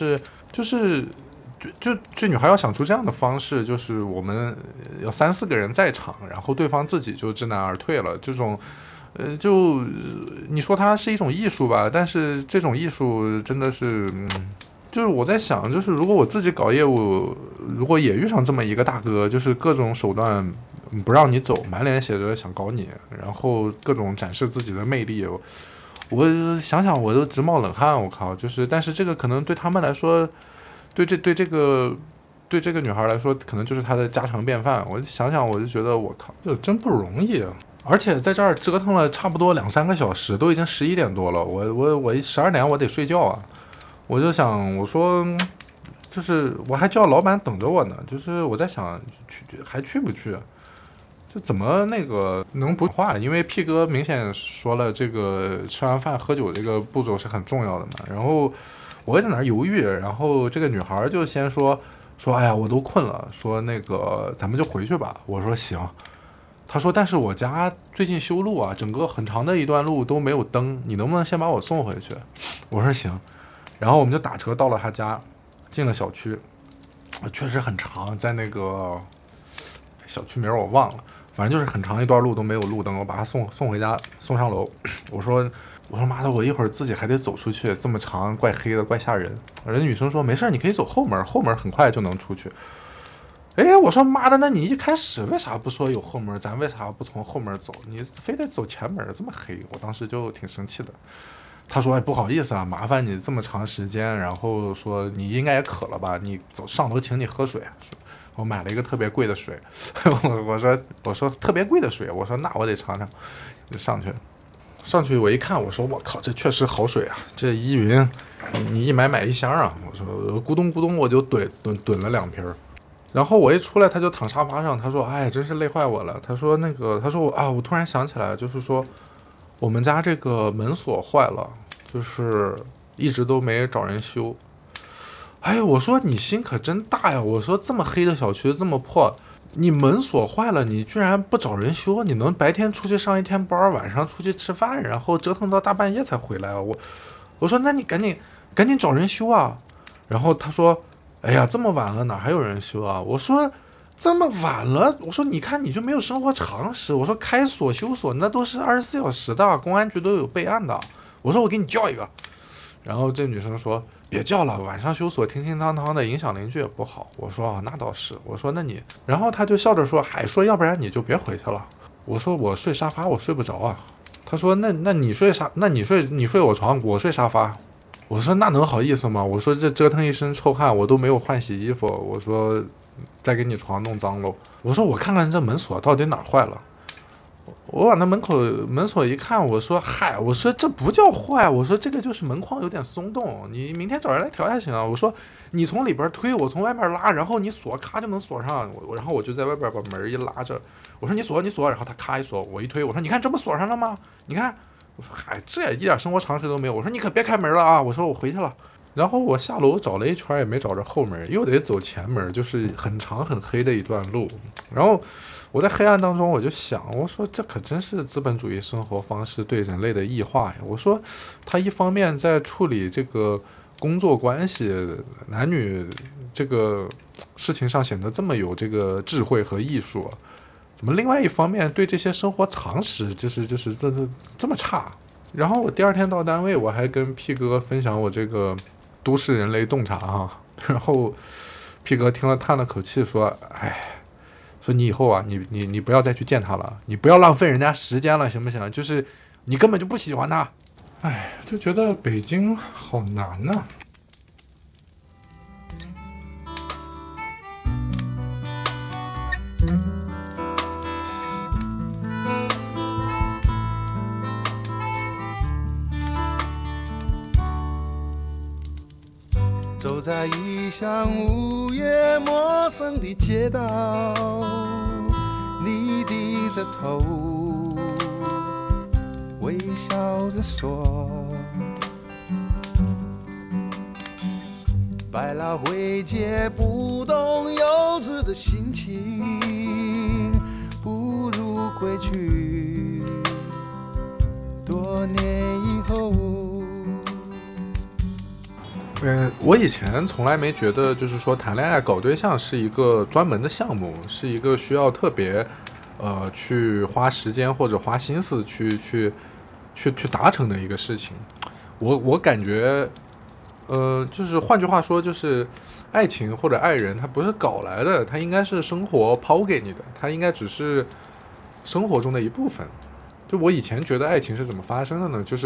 这女孩要想出这样的方式，就是我们要3、4个人在场，然后对方自己就知难而退了，这种。就你说它是一种艺术吧，但是这种艺术真的是，就是我在想，就是如果我自己搞业务，如果也遇上这么一个大哥，就是各种手段不让你走，满脸写着想搞你，然后各种展示自己的魅力， 我想想我都直冒冷汗，我靠！就是，但是这个可能对他们来说，对这个女孩来说，可能就是她的家常便饭。我想想，我就觉得我靠，这真不容易啊！而且在这儿折腾了差不多2-3个小时，都已经11点多了。我12点我得睡觉啊！我就想，我说，就是我还叫老板等着我呢。就是我在想，还去不去？就怎么那个能不话？因为 P 哥明显说了，这个吃完饭喝酒这个步骤是很重要的嘛。然后我也在那儿犹豫，然后这个女孩就先说，哎呀，我都困了，说那个咱们就回去吧。我说行。他说但是我家最近修路啊，整个很长的一段路都没有灯，你能不能先把我送回去？我说行。然后我们就打车到了他家，进了小区，确实很长，在那个小区名我忘了，反正就是很长一段路都没有路灯。我把他送回家，送上楼。我说妈的，我一会儿自己还得走出去，这么长，怪黑的，怪吓人。人女生说没事，你可以走后门，后门很快就能出去。哎，我说妈的，那你一开始为啥不说有后门？咱为啥不从后门走？你非得走前门，这么黑，我当时就挺生气的。他说：“哎，不好意思啊，麻烦你这么长时间，然后说你应该也渴了吧？你走上楼请你喝水。我买了一个特别贵的水，我说特别贵的水，我说那我得尝尝，就上去我一看，我说我靠，这确实好水啊！这依云，你一买1箱啊！我说咕咚咕咚我就怼了2瓶。然后我一出来，他就躺沙发上，他说：哎，真是累坏我了。他说我突然想起来，就是说。”我们家这个门锁坏了，就是一直都没找人修。哎，我说你心可真大呀！我说这么黑的小区这么破，你门锁坏了，你居然不找人修？你能白天出去上1天班，晚上出去吃饭，然后折腾到大半夜才回来啊？我说那你赶紧找人修啊！然后他说，哎呀，这么晚了哪还有人修啊？我说。这么晚了，我说你看你就没有生活常识。我说开锁修锁那都是24小时的，公安局都有备案的。我说我给你叫一个，然后这女生说别叫了，晚上修锁叮当的，影响邻居也不好。我说那倒是。我说那你，然后他就笑着说，还说要不然你就别回去了。我说我睡沙发我睡不着啊。他说那你睡你睡我床，我睡沙发。我说那能好意思吗？我说这折腾一身臭汗，我都没有换洗衣服。我说。再给你床弄脏喽！我说我看看这门锁到底哪坏了。我把那门锁一看，我说嗨，我说这不叫坏，我说这个就是门框有点松动，你明天找人来调下行啊。我说你从里边推，我从外面拉，然后你锁咔就能锁上。然后我就在外边把门一拉着，我说你锁，然后他咔一锁，我一推，我说你看这不锁上了吗？你看，我说嗨，这也一点生活常识都没有。我说你可别开门了啊！我说我回去了。然后我下楼找了一圈也没找着后门，又得走前门，就是很长很黑的一段路。然后我在黑暗当中我就想，我说这可真是资本主义生活方式对人类的异化呀！我说他一方面在处理这个工作关系男女这个事情上显得这么有这个智慧和艺术，怎么另外一方面对这些生活常识就是这么差？然后我第2天到单位，我还跟 P 哥分享我这个都市人类洞察啊，然后 P 哥听了叹了口气说：“哎，说你以后啊，你不要再去见他了，你不要浪费人家时间了，行不行？就是你根本就不喜欢他。”哎，就觉得北京好难呐。 走在异乡无夜陌生的街道，你低着头微笑着说，百老汇街不懂幼稚的心情，不如归去多年以后。 我以前从来没觉得，就是说谈恋爱搞对象是一个专门的项目，是一个需要特别，去花时间或者花心思去达成的一个事情。我感觉，就是换句话说，就是爱情或者爱人，它不是搞来的，它应该是生活抛给你的，它应该只是生活中的一部分。就我以前觉得爱情是怎么发生的呢？就是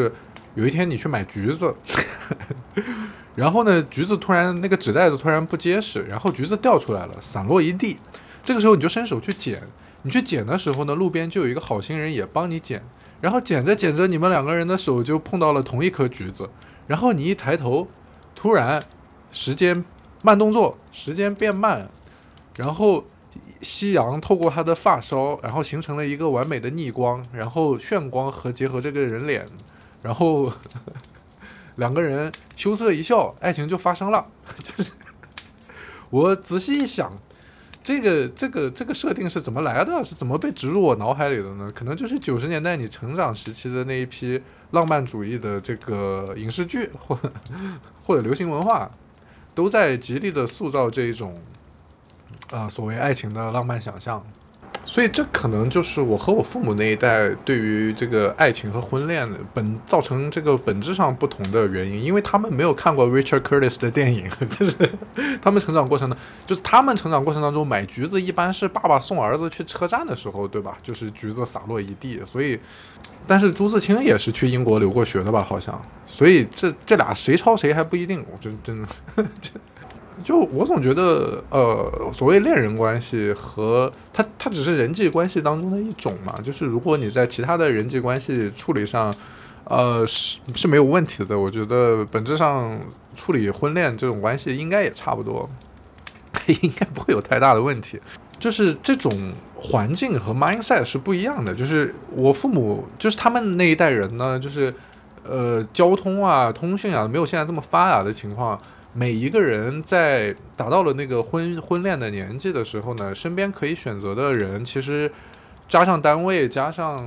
有一天你去买橘子，然后呢，橘子突然那个纸袋子突然不结实，然后橘子掉出来了，散落一地。这个时候你就伸手去捡，你去捡的时候呢，路边就有一个好心人也帮你捡，然后捡着捡着，你们两个人的手就碰到了同一颗橘子，然后你一抬头，突然时间慢动作，时间变慢，然后夕阳透过他的发梢，然后形成了一个完美的逆光，然后眩光和结合这个人脸，然后两个人羞涩一笑，爱情就发生了。就是我仔细一想，这个设定是怎么来的？是怎么被植入我脑海里的呢？可能就是90年代你成长时期的那一批浪漫主义的这个影视剧或者流行文化，都在极力的塑造这一种所谓爱情的浪漫想象。所以这可能就是我和我父母那一代对于这个爱情和婚恋造成这个本质上不同的原因，因为他们没有看过 Richard Curtis 的电影，就是他们成长过程当中买橘子一般是爸爸送儿子去车站的时候，对吧？就是橘子洒落一地，所以，但是朱自清也是去英国留过学的吧，好像，所以这俩谁抄谁还不一定，我真的。就我总觉得，所谓恋人关系和它只是人际关系当中的一种嘛。就是如果你在其他的人际关系处理上，是没有问题的。我觉得本质上处理婚恋这种关系应该也差不多，应该不会有太大的问题。就是这种环境和 mindset 是不一样的。就是我父母，就是他们那一代人呢，就是交通啊、通讯啊，没有现在这么发达的情况。每一个人在达到了那个婚恋的年纪的时候呢，身边可以选择的人，其实加上单位，加上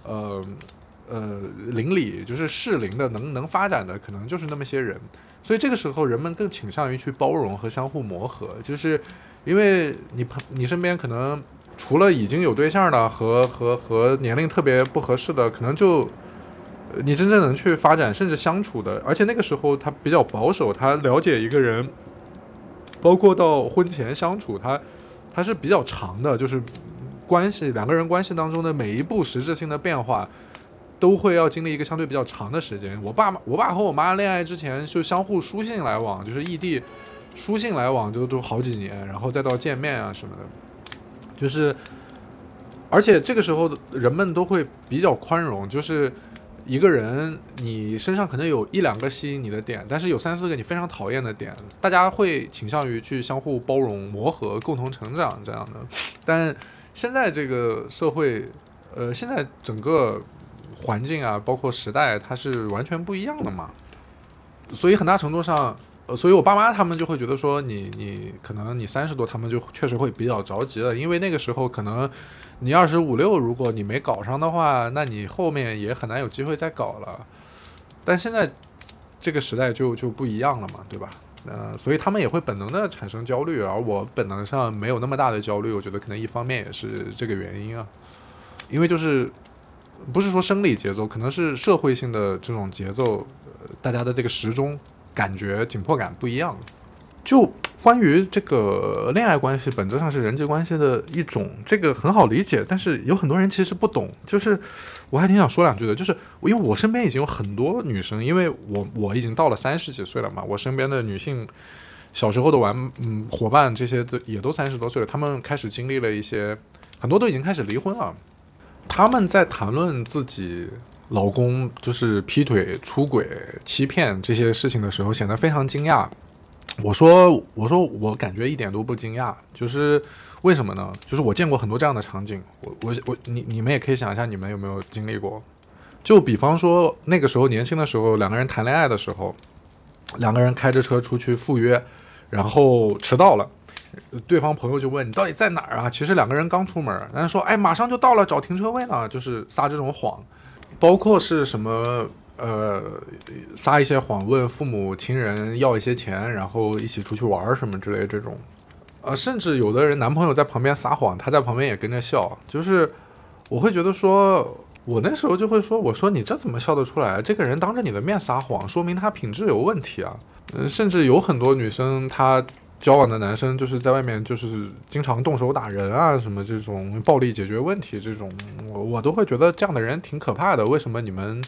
邻里，就是适龄的能发展的，可能就是那么些人。所以这个时候，人们更倾向于去包容和相互磨合，就是因为你身边可能除了已经有对象的和年龄特别不合适的，可能就。你真正能去发展甚至相处的，而且那个时候他比较保守，他了解一个人，包括到婚前相处，他是比较长的，就是两个人关系当中的每一步实质性的变化，都会要经历一个相对比较长的时间。我爸和我妈恋爱之前就相互书信来往，就是异地书信来往都好几年，然后再到见面啊什么的，就是而且这个时候人们都会比较宽容，就是一个人你身上可能有1-2个吸引你的点，但是有3-4个你非常讨厌的点，大家会倾向于去相互包容、磨合、共同成长这样的。但现在这个社会，现在整个环境啊，包括时代，它是完全不一样的嘛。所以很大程度上，所以我爸妈他们就会觉得说你可能你30多，他们就确实会比较着急了，因为那个时候可能你25、26，如果你没搞上的话，那你后面也很难有机会再搞了。但现在这个时代就不一样了嘛，对吧？所以他们也会本能的产生焦虑，而我本能上没有那么大的焦虑，我觉得可能一方面也是这个原因啊，因为就是不是说生理节奏，可能是社会性的这种节奏，大家的这个时钟感觉紧迫感不一样。就关于这个恋爱关系本质上是人际关系的一种，这个很好理解，但是有很多人其实不懂。就是我还挺想说2句的，就是因为我身边已经有很多女生，因为我已经到了30几岁了嘛，我身边的女性小时候的伙伴这些也都30多岁了，她们开始经历了一些，很多都已经开始离婚了。她们在谈论自己老公就是劈腿、出轨、欺骗这些事情的时候，显得非常惊讶。我说我感觉一点都不惊讶，就是为什么呢？就是我见过很多这样的场景，你们也可以想一下，你们有没有经历过？就比方说那个时候年轻的时候，两个人谈恋爱的时候，两个人开着车出去赴约，然后迟到了，对方朋友就问你到底在哪儿啊？其实两个人刚出门，然后说哎马上就到了，找停车位呢，就是撒这种谎，包括是什么。撒一些谎，问父母亲人要一些钱，然后一起出去玩什么之类这种，甚至有的人男朋友在旁边撒谎，他在旁边也跟着笑，就是我会觉得说，我那时候就会说，我说你这怎么笑得出来？这个人当着你的面撒谎，说明他品质有问题啊。甚至有很多女生她交往的男生就是在外面就是经常动手打人啊，什么这种暴力解决问题这种，我都会觉得这样的人挺可怕的。为什么你们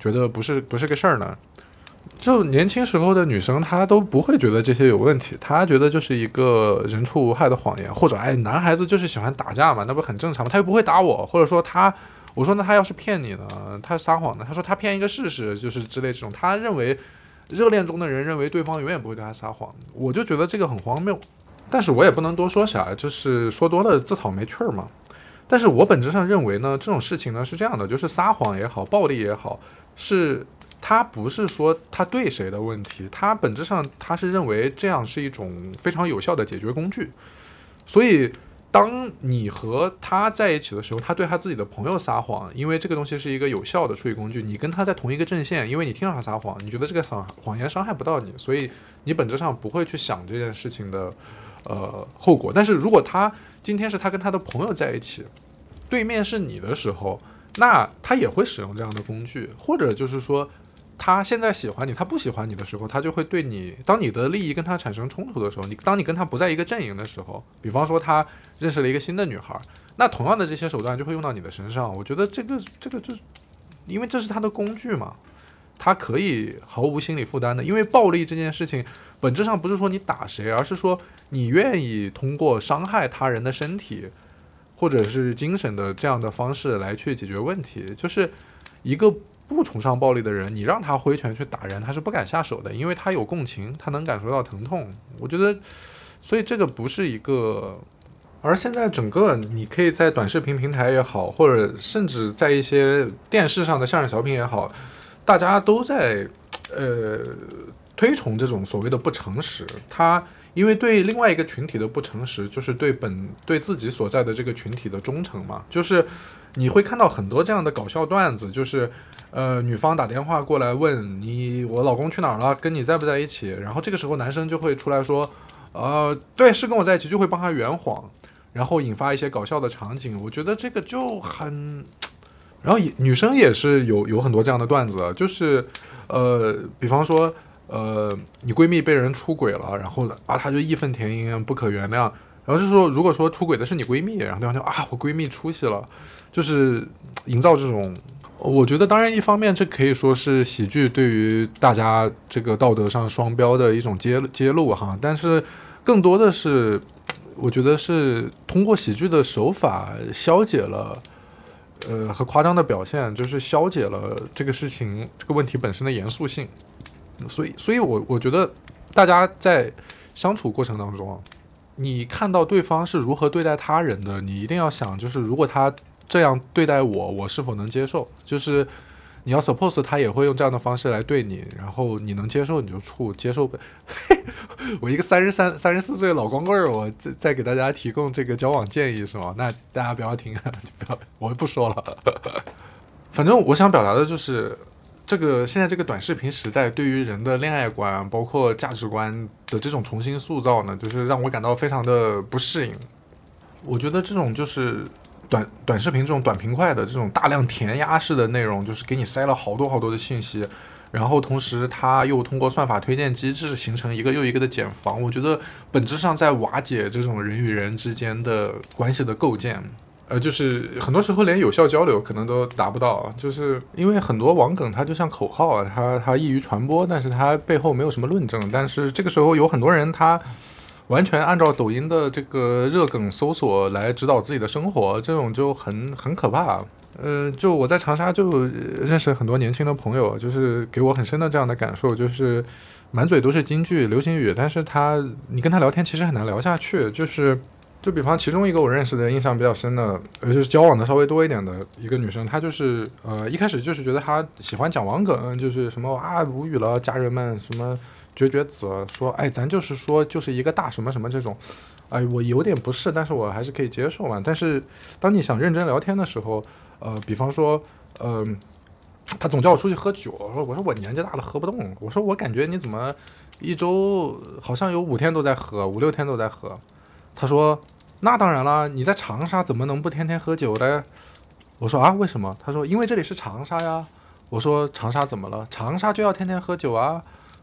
觉得不是个事儿呢？就年轻时候的女生，她都不会觉得这些有问题，她觉得就是一个人畜无害的谎言，或者男孩子就是喜欢打架嘛，那不很正常吗？他又不会打我，或者说我说那他要是骗你呢？他撒谎呢？他说他骗一个试试，就是之类这种。他认为热恋中的人认为对方永远不会对他撒谎，我就觉得这个很荒谬。但是我也不能多说啥，就是说多了自讨没趣儿嘛。但是我本质上认为呢，这种事情呢是这样的，就是撒谎也好，暴力也好，他不是说他对谁的问题，他本质上他是认为这样是一种非常有效的解决工具。所以当你和他在一起的时候，他对他自己的朋友撒谎，因为这个东西是一个有效的处理工具，你跟他在同一个阵线，因为你听到他撒谎，你觉得这个谎言伤害不到你，所以你本质上不会去想这件事情的后果。但是如果他今天是他跟他的朋友在一起，对面是你的时候，那他也会使用这样的工具，或者就是说他现在喜欢你，他不喜欢你的时候，他就会对你，当你的利益跟他产生冲突的时候，当你跟他不在一个阵营的时候，比方说他认识了一个新的女孩，那同样的这些手段就会用到你的身上。我觉得这个就因为这是他的工具嘛，他可以毫无心理负担的。因为暴力这件事情本质上不是说你打谁，而是说你愿意通过伤害他人的身体或者是精神的这样的方式来去解决问题。就是一个不崇尚暴力的人，你让他挥拳去打人，他是不敢下手的，因为他有共情，他能感受到疼痛。我觉得所以这个不是一个，而现在整个你可以在短视频平台也好，或者甚至在一些电视上的相声小品也好，大家都在推崇这种所谓的不诚实。他因为对另外一个群体的不诚实，就是对自己所在的这个群体的忠诚嘛。就是你会看到很多这样的搞笑段子，就是女方打电话过来问你我老公去哪儿了，跟你在不在一起，然后这个时候男生就会出来说对，是跟我在一起，就会帮他圆谎，然后引发一些搞笑的场景。我觉得这个就很，然后女生也是有很多这样的段子，就是比方说你闺蜜被人出轨了，然后她就义愤填膺，不可原谅。然后就说，如果说出轨的是你闺蜜，然后对方就我闺蜜出息了，就是营造这种。我觉得当然一方面这可以说是喜剧对于大家这个道德上双标的一种揭露哈，但是更多的是我觉得是通过喜剧的手法消解了和夸张的表现，就是消解了这个事情这个问题本身的严肃性。所以我觉得大家在相处过程当中，你看到对方是如何对待他人的，你一定要想，就是如果他这样对待我是否能接受？就是你要 suppose 他也会用这样的方式来对你，然后你能接受你就处，接受呗。我一个34岁的老光棍，我再给大家提供这个交往建议是吗？那大家不要听，我不说了。反正我想表达的就是现在这个短视频时代对于人的恋爱观包括价值观的这种重新塑造呢，就是让我感到非常的不适应。我觉得这种就是短视频这种短平快的这种大量填鸭式的内容，就是给你塞了好多的信息，然后同时它又通过算法推荐机制形成一个又一个的茧房。我觉得本质上在瓦解这种人与人之间的关系的构建。就是很多时候连有效交流可能都达不到，就是因为很多网梗它就像口号啊，它易于传播，但是它背后没有什么论证。但是这个时候有很多人他完全按照抖音的这个热梗搜索来指导自己的生活，这种就很可怕。就我在长沙就认识很多年轻的朋友，就是给我很深的这样的感受，就是满嘴都是金句流行语，但是你跟他聊天其实很难聊下去。就比方其中一个我认识的印象比较深的，就是交往的稍微多一点的一个女生，她就是一开始就是觉得她喜欢讲网梗，就是什么无语了家人们，什么绝子，说咱就是说就是一个大什么什么这种，我有点不适，但是我还是可以接受嘛。但是当你想认真聊天的时候，比方说她总叫我出去喝酒，我说我年纪大了喝不动，我说我感觉你怎么一周好像有5天都在喝，5、6天都在喝。她说那当然了，你在长沙怎么能不天天喝酒呢？我说为什么？他说因为这里是长沙呀。我说长沙怎么了？长沙就要天天喝酒啊。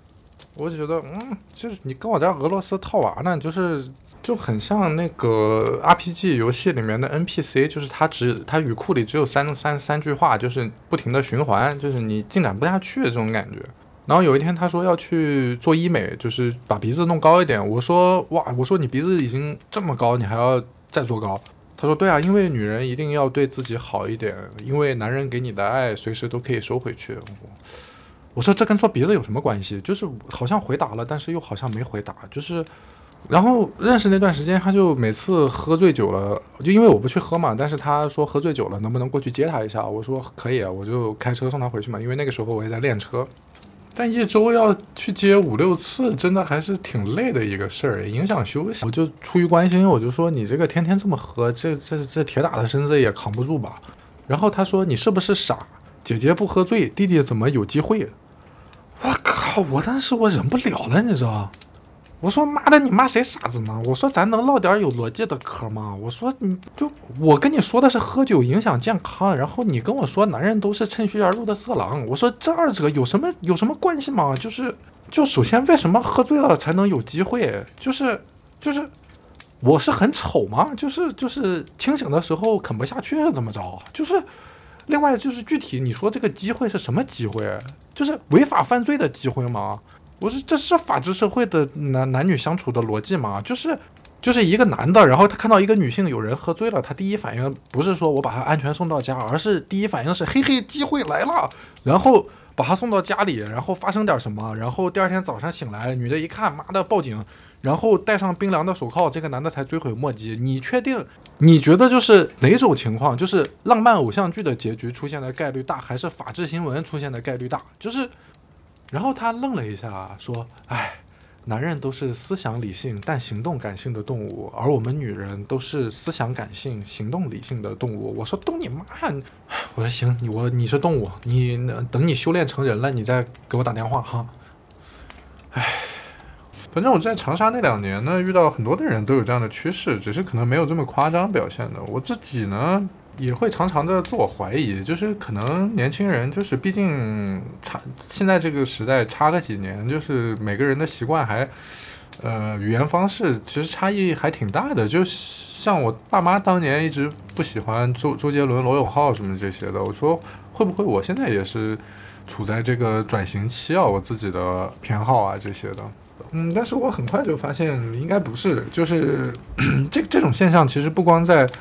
我就觉得，就是你跟我这俄罗斯套娃呢，就很像那个 RPG 游戏里面的 NPC， 就是他语库里只有三句话，就是不停的循环，就是你进展不下去这种感觉。然后有一天他说要去做医美，就是把鼻子弄高一点。我说你鼻子已经这么高，你还要再做高？他说对啊，因为女人一定要对自己好一点，因为男人给你的爱随时都可以收回去。我说这跟做鼻子有什么关系？就是好像回答了，但是又好像没回答。就是然后认识那段时间，他就每次喝醉酒了，就因为我不去喝嘛，但是他说喝醉酒了能不能过去接他一下？我说可以啊，我就开车送他回去嘛，因为那个时候我也在练车。但一周要去接5-6次，真的还是挺累的一个事儿，影响休息。我就出于关心，我就说你这个天天这么喝，这铁打的身子也扛不住吧？然后他说你是不是傻？姐姐不喝醉，弟弟怎么有机会？我靠！当时我忍不了了，你知道？我说妈的，你骂谁傻子呢？我说咱能唠点有逻辑的嗑吗？我说我跟你说的是喝酒影响健康，然后你跟我说男人都是趁虚而入的色狼，我说这二者有什么关系吗？就首先为什么喝醉了才能有机会？就是我是很丑吗？就是清醒的时候啃不下去怎么着？另外就是具体你说这个机会是什么机会？就是违法犯罪的机会吗？我说这是法治社会的男女相处的逻辑吗？就是一个男的，然后他看到一个女性有人喝醉了，他第一反应不是说我把他安全送到家，而是第一反应是嘿嘿机会来了，然后把他送到家里，然后发生点什么，然后第二天早上醒来，女的一看妈的报警，然后戴上冰凉的手铐，这个男的才追悔莫及。你确定？你觉得就是哪种情况？就是浪漫偶像剧的结局出现的概率大，还是法制新闻出现的概率大？然后他愣了一下，说：“哎，男人都是思想理性但行动感性的动物，而我们女人都是思想感性、行动理性的动物。”我说：“动你妈！”我说：“行，你是动物，你等你修炼成人了，你再给我打电话哈。”哎，反正我在长沙那2年呢，遇到很多的人都有这样的趋势，只是可能没有这么夸张表现的。我自己呢，也会常常的自我怀疑，就是可能年轻人就是毕竟现在这个时代差个几年，就是每个人的习惯还语言方式其实差异还挺大的。就像我爸妈当年一直不喜欢周杰伦、罗永浩什么这些的，我说会不会我现在也是处在这个转型期啊，我自己的偏好啊这些的。但是我很快就发现应该不是，就是这种现象其实不光在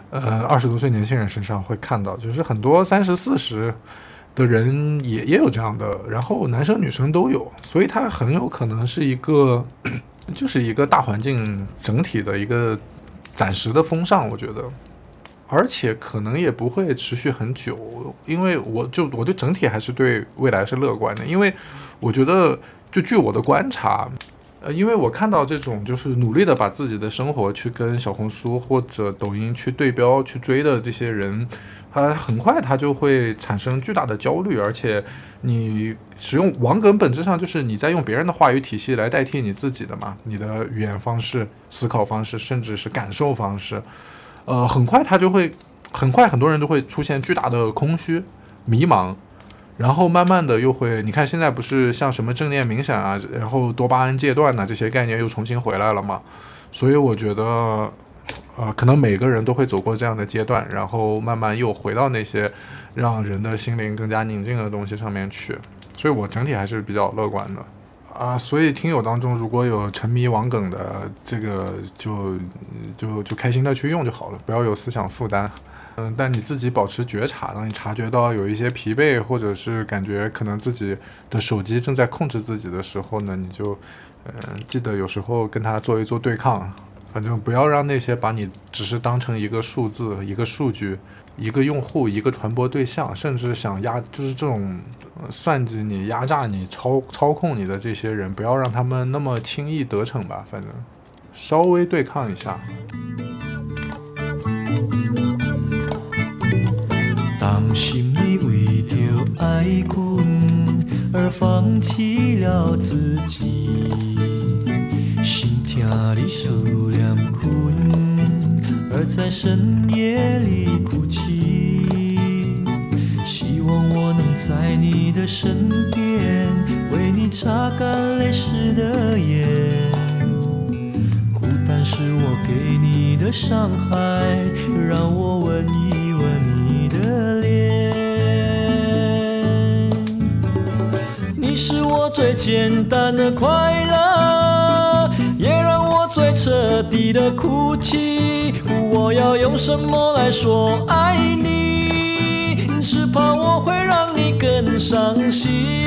20多岁年轻人身上会看到，就是很多30、40的人也有这样的，然后男生女生都有，所以它很有可能是就是一个大环境整体的一个暂时的风尚，我觉得，而且可能也不会持续很久，因为我对整体还是对未来是乐观的，因为我觉得就据我的观察。因为我看到这种就是努力的把自己的生活去跟小红书或者抖音去对标去追的这些人，很快他就会产生巨大的焦虑，而且你使用网梗本质上就是你在用别人的话语体系来代替你自己的嘛，你的语言方式、思考方式，甚至是感受方式，很快很多人就会出现巨大的空虚、迷茫。然后慢慢的又会，你看现在不是像什么正念冥想啊，然后多巴胺戒断啊这些概念又重新回来了嘛，所以我觉得，可能每个人都会走过这样的阶段，然后慢慢又回到那些让人的心灵更加宁静的东西上面去，所以我整体还是比较乐观的。所以听友当中如果有沉迷网梗的，这个就开心的去用就好了，不要有思想负担。但你自己保持觉察，当你察觉到有一些疲惫，或者是感觉可能自己的手机正在控制自己的时候呢，你就记得有时候跟它做一做对抗，反正不要让那些把你只是当成一个数字、一个数据、一个用户、一个传播对象，甚至想就是这种算计你、压榨你、操控你的这些人，不要让他们那么轻易得逞吧，反正稍微对抗一下。 担心你为着爱困而放弃了自己，心疼你思念困而在深夜里哭泣，希望我能在你的身边为你擦干泪湿的眼。孤单是我给你的伤害，让我吻一吻你的脸。你是我最简单的快乐，也让我最彻底的哭泣。我要用什么来说爱你？只怕我会让你更伤心。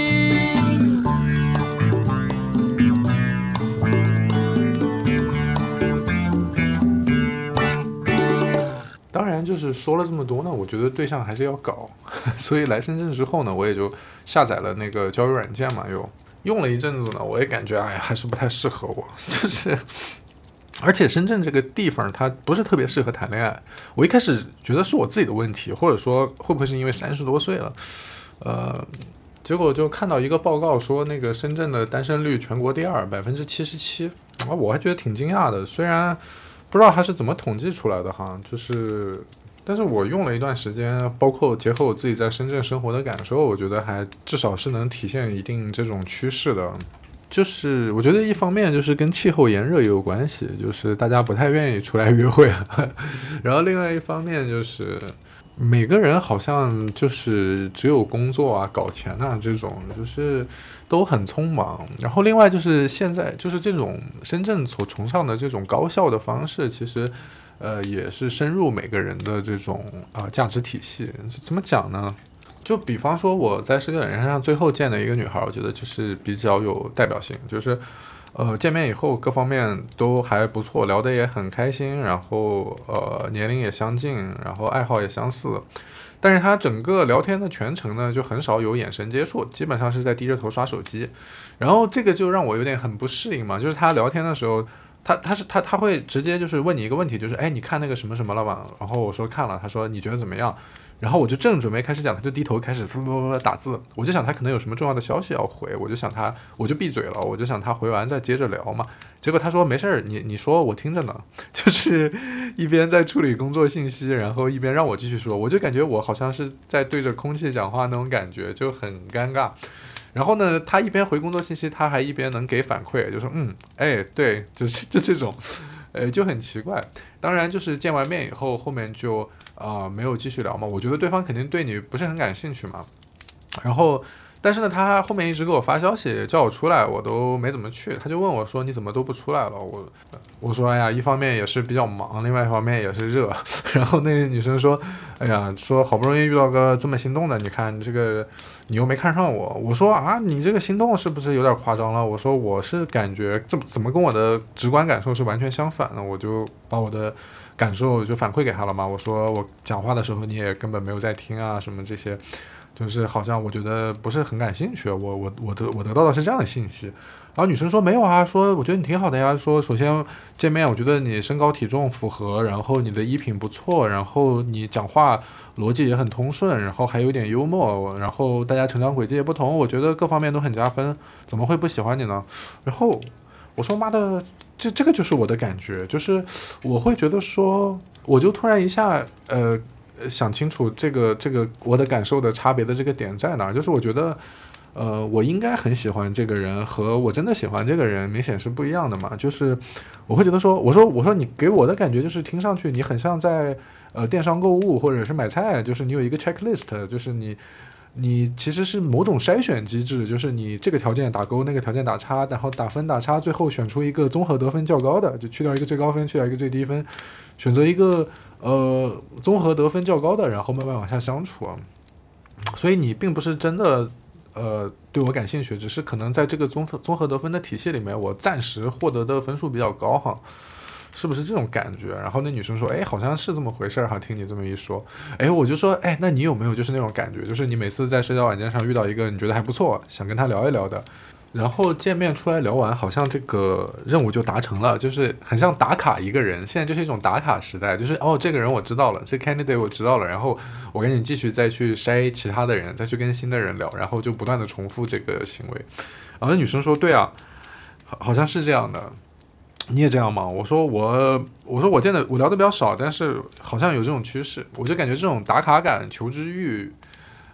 当然就是说了这么多呢，我觉得对象还是要搞，所以来深圳之后呢，我也就下载了那个交友软件嘛，又用了一阵子呢，我也感觉哎呀还是不太适合我，就是而且深圳这个地方它不是特别适合谈恋爱。我一开始觉得是我自己的问题，或者说会不会是因为30多岁了，结果就看到一个报告说那个深圳的单身率全国第2，77%，我还觉得挺惊讶的，虽然不知道它是怎么统计出来的哈，但是我用了一段时间，包括结合我自己在深圳生活的感受，我觉得还至少是能体现一定这种趋势的。就是我觉得一方面就是跟气候炎热也有关系，就是大家不太愿意出来约会然后另外一方面就是每个人好像就是只有工作啊、搞钱啊这种，就是都很匆忙。然后另外就是现在就是这种深圳所崇尚的这种高效的方式，其实也是深入每个人的这种价值体系。怎么讲呢？就比方说我在社交软件上最后见的一个女孩，我觉得就是比较有代表性，就是见面以后各方面都还不错，聊得也很开心，然后年龄也相近，然后爱好也相似，但是她整个聊天的全程呢就很少有眼神接触，基本上是在低着头刷手机，然后这个就让我有点很不适应嘛，就是她聊天的时候他会直接就是问你一个问题，就是哎你看那个什么什么了吗？然后我说看了，他说你觉得怎么样？然后我就正准备开始讲，他就低头开始打字，我就想他可能有什么重要的消息要回，我就闭嘴了，我就想他回完再接着聊嘛。结果他说没事儿，你说我听着呢，就是一边在处理工作信息，然后一边让我继续说，我就感觉我好像是在对着空气讲话那种感觉，就很尴尬。然后呢，他一边回工作信息，他还一边能给反馈，就说哎对，就这种，就很奇怪。当然就是见完面以后，后面就没有继续聊嘛，我觉得对方肯定对你不是很感兴趣嘛。然后但是呢，他后面一直给我发消息叫我出来，我都没怎么去。他就问我说你怎么都不出来了？我说哎呀，一方面也是比较忙，另外一方面也是热。然后那个女生说哎呀，说好不容易遇到个这么心动的，你看这个你又没看上我。我说啊，你这个心动是不是有点夸张了？我说我是感觉怎么跟我的直观感受是完全相反的，我就把我的感受就反馈给他了嘛。我说我讲话的时候你也根本没有在听啊，什么这些，就是好像我觉得不是很感兴趣，我得到的是这样的信息。然后女生说没有啊，说我觉得你挺好的呀，说首先见面我觉得你身高体重符合，然后你的衣品不错，然后你讲话逻辑也很通顺，然后还有点幽默，然后大家成长轨迹也不同，我觉得各方面都很加分，怎么会不喜欢你呢？然后我说妈的，这个就是我的感觉，就是我会觉得说，我就突然一下想清楚这个我的感受的差别的这个点在哪儿，就是我觉得我应该很喜欢这个人和我真的喜欢这个人明显是不一样的嘛。就是我会觉得说，我说你给我的感觉就是听上去你很像在电商购物或者是买菜，就是你有一个 checklist， 就是你其实是某种筛选机制，就是你这个条件打勾，那个条件打叉，然后打分打叉，最后选出一个综合得分较高的，就去掉一个最高分，去掉一个最低分，选择一个综合得分较高的，然后慢慢往下相处。所以你并不是真的对我感兴趣，只是可能在这个综合得分的体系里面，我暂时获得的分数比较高哈。是不是这种感觉？然后那女生说，哎，好像是这么回事哈，听你这么一说，哎，我就说，哎，那你有没有就是那种感觉，就是你每次在社交软件上遇到一个你觉得还不错，想跟他聊一聊的，然后见面出来聊完，好像这个任务就达成了，就是很像打卡一个人，现在就是一种打卡时代，就是这个人我知道了，这 candidate 我知道了，然后我赶紧继续再去筛其他的人，再去跟新的人聊，然后就不断的重复这个行为。然后那女生说，对啊，好像是这样的。你也这样吗？我说我聊的比较少，但是好像有这种趋势，我就感觉这种打卡感、求知欲，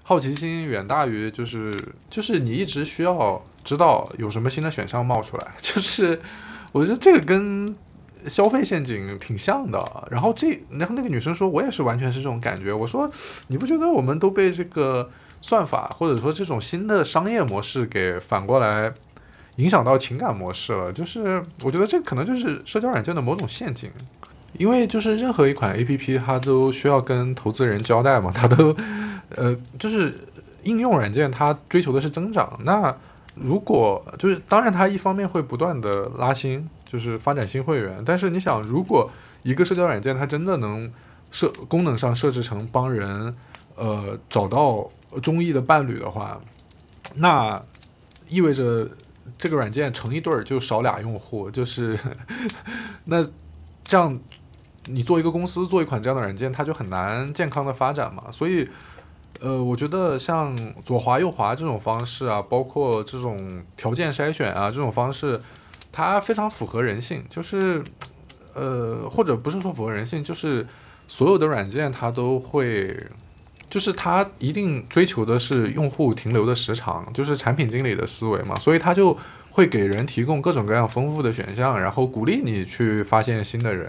好奇心远大于就是你一直需要知道有什么新的选项冒出来，就是我觉得这个跟消费陷阱挺像的。然后那个女生说，我也是完全是这种感觉。我说，你不觉得我们都被这个算法或者说这种新的商业模式给反过来影响到情感模式了？就是我觉得这可能就是社交软件的某种陷阱。因为就是任何一款 APP 它都需要跟投资人交代嘛，它都就是应用软件它追求的是增长。那如果就是当然它一方面会不断的拉新，就是发展新会员，但是你想，如果一个社交软件它真的能功能上设置成帮人找到中意的伴侣的话，那意味着这个软件成一对儿就少俩用户，就是那这样你做一个公司做一款这样的软件，它就很难健康的发展嘛。所以我觉得像左滑右滑这种方式啊，包括这种条件筛选啊这种方式，它非常符合人性，就是或者不是说符合人性，就是所有的软件它都会，就是它一定追求的是用户停留的时长，就是产品经理的思维嘛，所以它就会给人提供各种各样丰富的选项，然后鼓励你去发现新的人。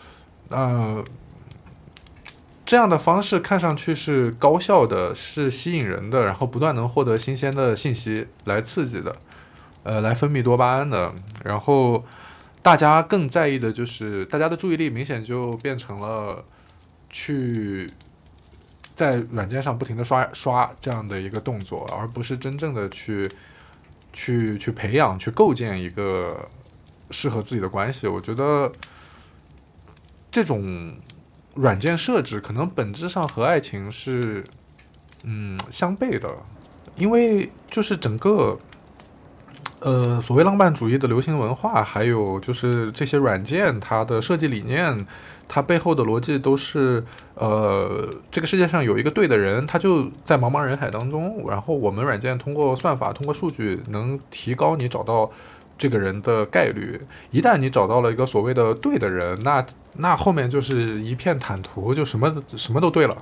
这样的方式看上去是高效的，是吸引人的，然后不断能获得新鲜的信息来刺激的，来分泌多巴胺的。然后大家更在意的就是大家的注意力明显就变成了去在软件上不停的刷这样的一个动作，而不是真正的去培养、去构建一个适合自己的关系。我觉得这种软件设置可能本质上和爱情是相悖的，因为就是整个所谓浪漫主义的流行文化，还有就是这些软件它的设计理念，它背后的逻辑都是这个世界上有一个对的人，他就在茫茫人海当中，然后我们软件通过算法通过数据能提高你找到这个人的概率。一旦你找到了一个所谓的对的人，那后面就是一片坦途，就什么都对了。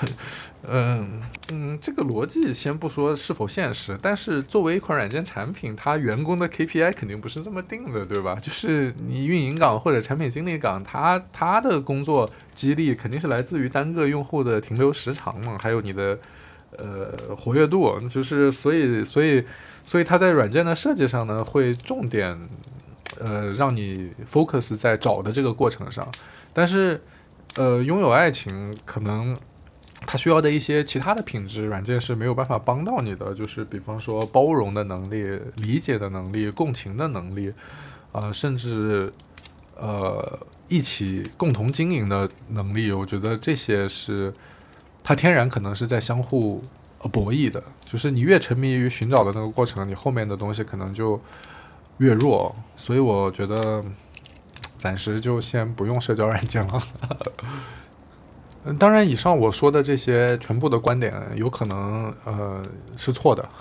这个逻辑先不说是否现实，但是作为一款软件产品，它员工的 KPI 肯定不是这么定的，对吧？就是你运营岗或者产品经理岗，他的工作激励肯定是来自于单个用户的停留时长嘛，还有你的活跃度，就是所以它在软件的设计上呢，会重点让你 focus 在找的这个过程上。但是拥有爱情可能它需要的一些其他的品质，软件是没有办法帮到你的，就是比方说包容的能力、理解的能力、共情的能力，甚至一起共同经营的能力。我觉得这些是它天然可能是在相互博弈的，就是你越沉迷于寻找的那个过程，你后面的东西可能就越弱。所以我觉得暂时就先不用社交软件了。当然以上我说的这些全部的观点有可能是错的，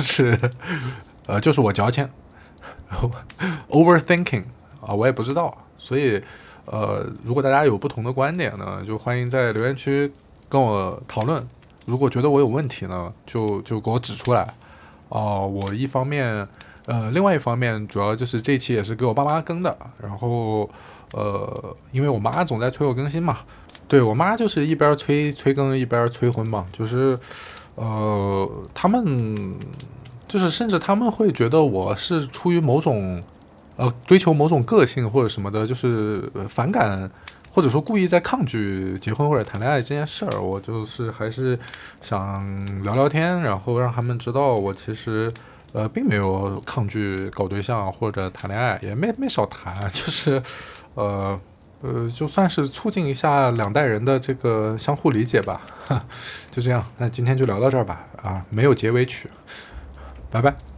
就是我矫情overthinking 我也不知道。所以如果大家有不同的观点呢，就欢迎在留言区跟我讨论。如果觉得我有问题呢，就给我指出来。我一方面另外一方面主要就是这一期也是给我爸妈更的，然后因为我妈总在催我更新嘛，对，我妈就是一边催更一边催婚嘛，就是他们就是甚至他们会觉得我是出于某种追求某种个性或者什么的，就是反感或者说故意在抗拒结婚或者谈恋爱这件事儿。我就是还是想聊聊天，然后让他们知道我其实并没有抗拒搞对象或者谈恋爱，也没少谈，就是就算是促进一下两代人的这个相互理解吧。就这样，那今天就聊到这儿吧。没有结尾曲，拜拜。